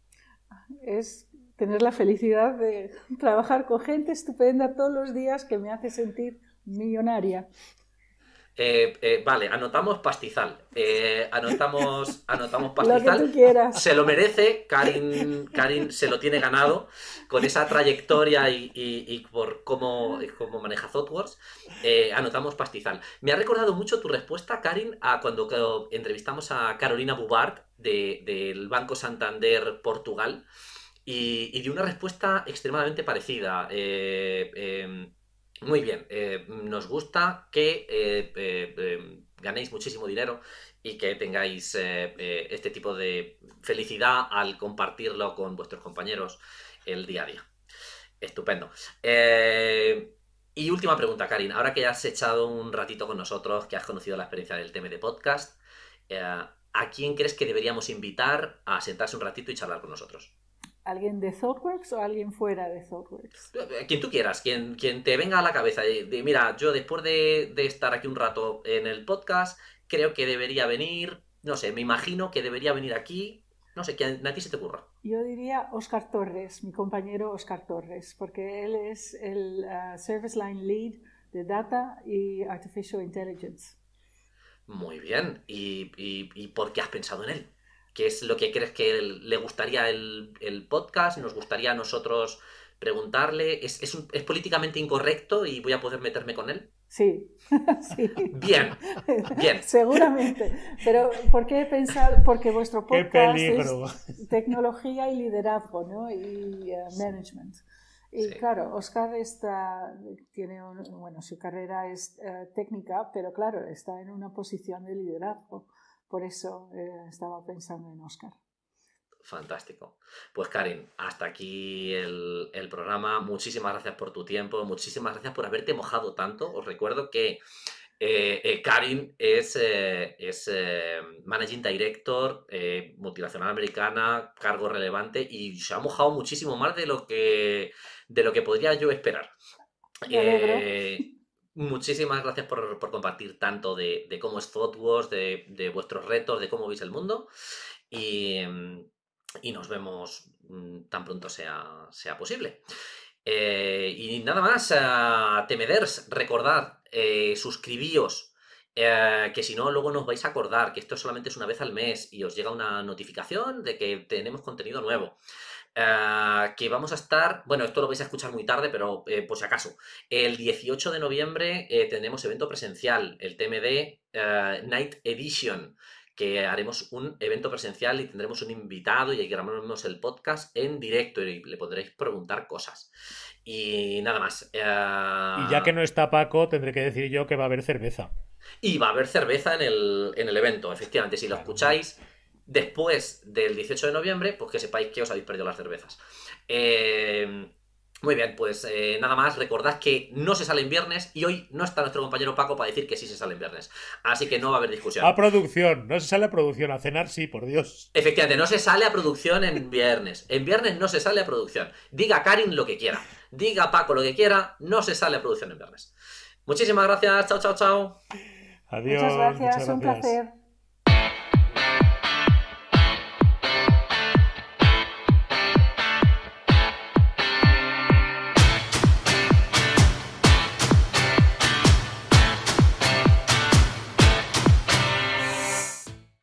es tener la felicidad de trabajar con gente estupenda todos los días que me hace sentir millonaria. Eh, eh, vale, anotamos pastizal. Eh, anotamos, anotamos pastizal. Lo que tú quieras. Se lo merece. Karin, Karin se lo tiene ganado con esa trayectoria y, y, y por cómo, cómo maneja ThoughtWorks. Eh, anotamos pastizal. Me ha recordado mucho tu respuesta, Karin, a cuando, cuando entrevistamos a Carolina Bubart de, del Banco Santander Portugal y, y dio una respuesta extremadamente parecida. Eh, eh, Muy bien, eh, nos gusta que eh, eh, eh, ganéis muchísimo dinero y que tengáis eh, eh, este tipo de felicidad al compartirlo con vuestros compañeros el día a día. Estupendo. Eh, y última pregunta, Karin. Ahora que has echado un ratito con nosotros, que has conocido la experiencia del T M D Podcast, eh, ¿a quién crees que deberíamos invitar a sentarse un ratito y charlar con nosotros? ¿Alguien de ThoughtWorks o alguien fuera de ThoughtWorks? Quien tú quieras, quien, quien te venga a la cabeza. De, de, mira, yo después de, de estar aquí un rato en el podcast, creo que debería venir, no sé, me imagino que debería venir aquí, no sé, que a ti se te ocurra. Yo diría Óscar Torres, mi compañero Óscar Torres, porque él es el uh, Service Line Lead de Data y Artificial Intelligence. Muy bien. ¿Y, y, y por qué has pensado en él? qué es lo que crees que le gustaría el, el podcast, nos gustaría a nosotros preguntarle. ¿Es, es, un, ¿Es políticamente incorrecto y voy a poder meterme con él? Sí, sí. Bien, bien. Seguramente. Pero ¿por qué pensar? Porque vuestro ¡Qué podcast peligro! es tecnología y liderazgo, ¿no? Y uh, management. Y Sí. claro, Óscar está, tiene un, bueno, su carrera es uh, técnica, pero claro, está en una posición de liderazgo. Por eso eh, estaba pensando en Óscar. Fantástico. Pues Karin, hasta aquí el, el programa. Muchísimas gracias por tu tiempo, muchísimas gracias por haberte mojado tanto. Os recuerdo que eh, eh, Karin es, eh, es eh, Managing Director, eh, multinacional americana, cargo relevante, y se ha mojado muchísimo más de lo que, de lo que podría yo esperar. Me alegro. Eh, muchísimas gracias por, por compartir tanto de, de cómo es ThoughtWorks, de, de vuestros retos, de cómo veis el mundo. Y, y nos vemos tan pronto sea, sea posible. Eh, y nada más, uh, Temeders, recordad, eh, suscribíos, eh, que si no, luego nos vais a acordar que esto solamente es una vez al mes y os llega una notificación de que tenemos contenido nuevo. Uh, que vamos a estar, bueno, esto lo vais a escuchar muy tarde, pero eh, por si acaso, el dieciocho de noviembre eh, tendremos evento presencial, el T M D uh, Night Edition, que haremos un evento presencial y tendremos un invitado y grabaremos el podcast en directo y le podréis preguntar cosas. Y nada más. Uh... Y ya que no está Paco, tendré que decir yo que va a haber cerveza. Y va a haber cerveza en el, en el evento, efectivamente. Si lo escucháis después del dieciocho de noviembre, pues que sepáis que os habéis perdido las cervezas. Eh... Muy bien, pues eh, nada más, recordad que no se sale en viernes y hoy no está nuestro compañero Paco para decir que sí se sale en viernes. Así que no va a haber discusión. A producción, no se sale a producción, a cenar sí, por Dios. Efectivamente, no se sale a producción en viernes. En viernes no se sale a producción. Diga Karin lo que quiera, diga Paco lo que quiera, no se sale a producción en viernes. Muchísimas gracias, chao, chao, chao. Adiós. Muchas gracias, muchas un gracias. placer.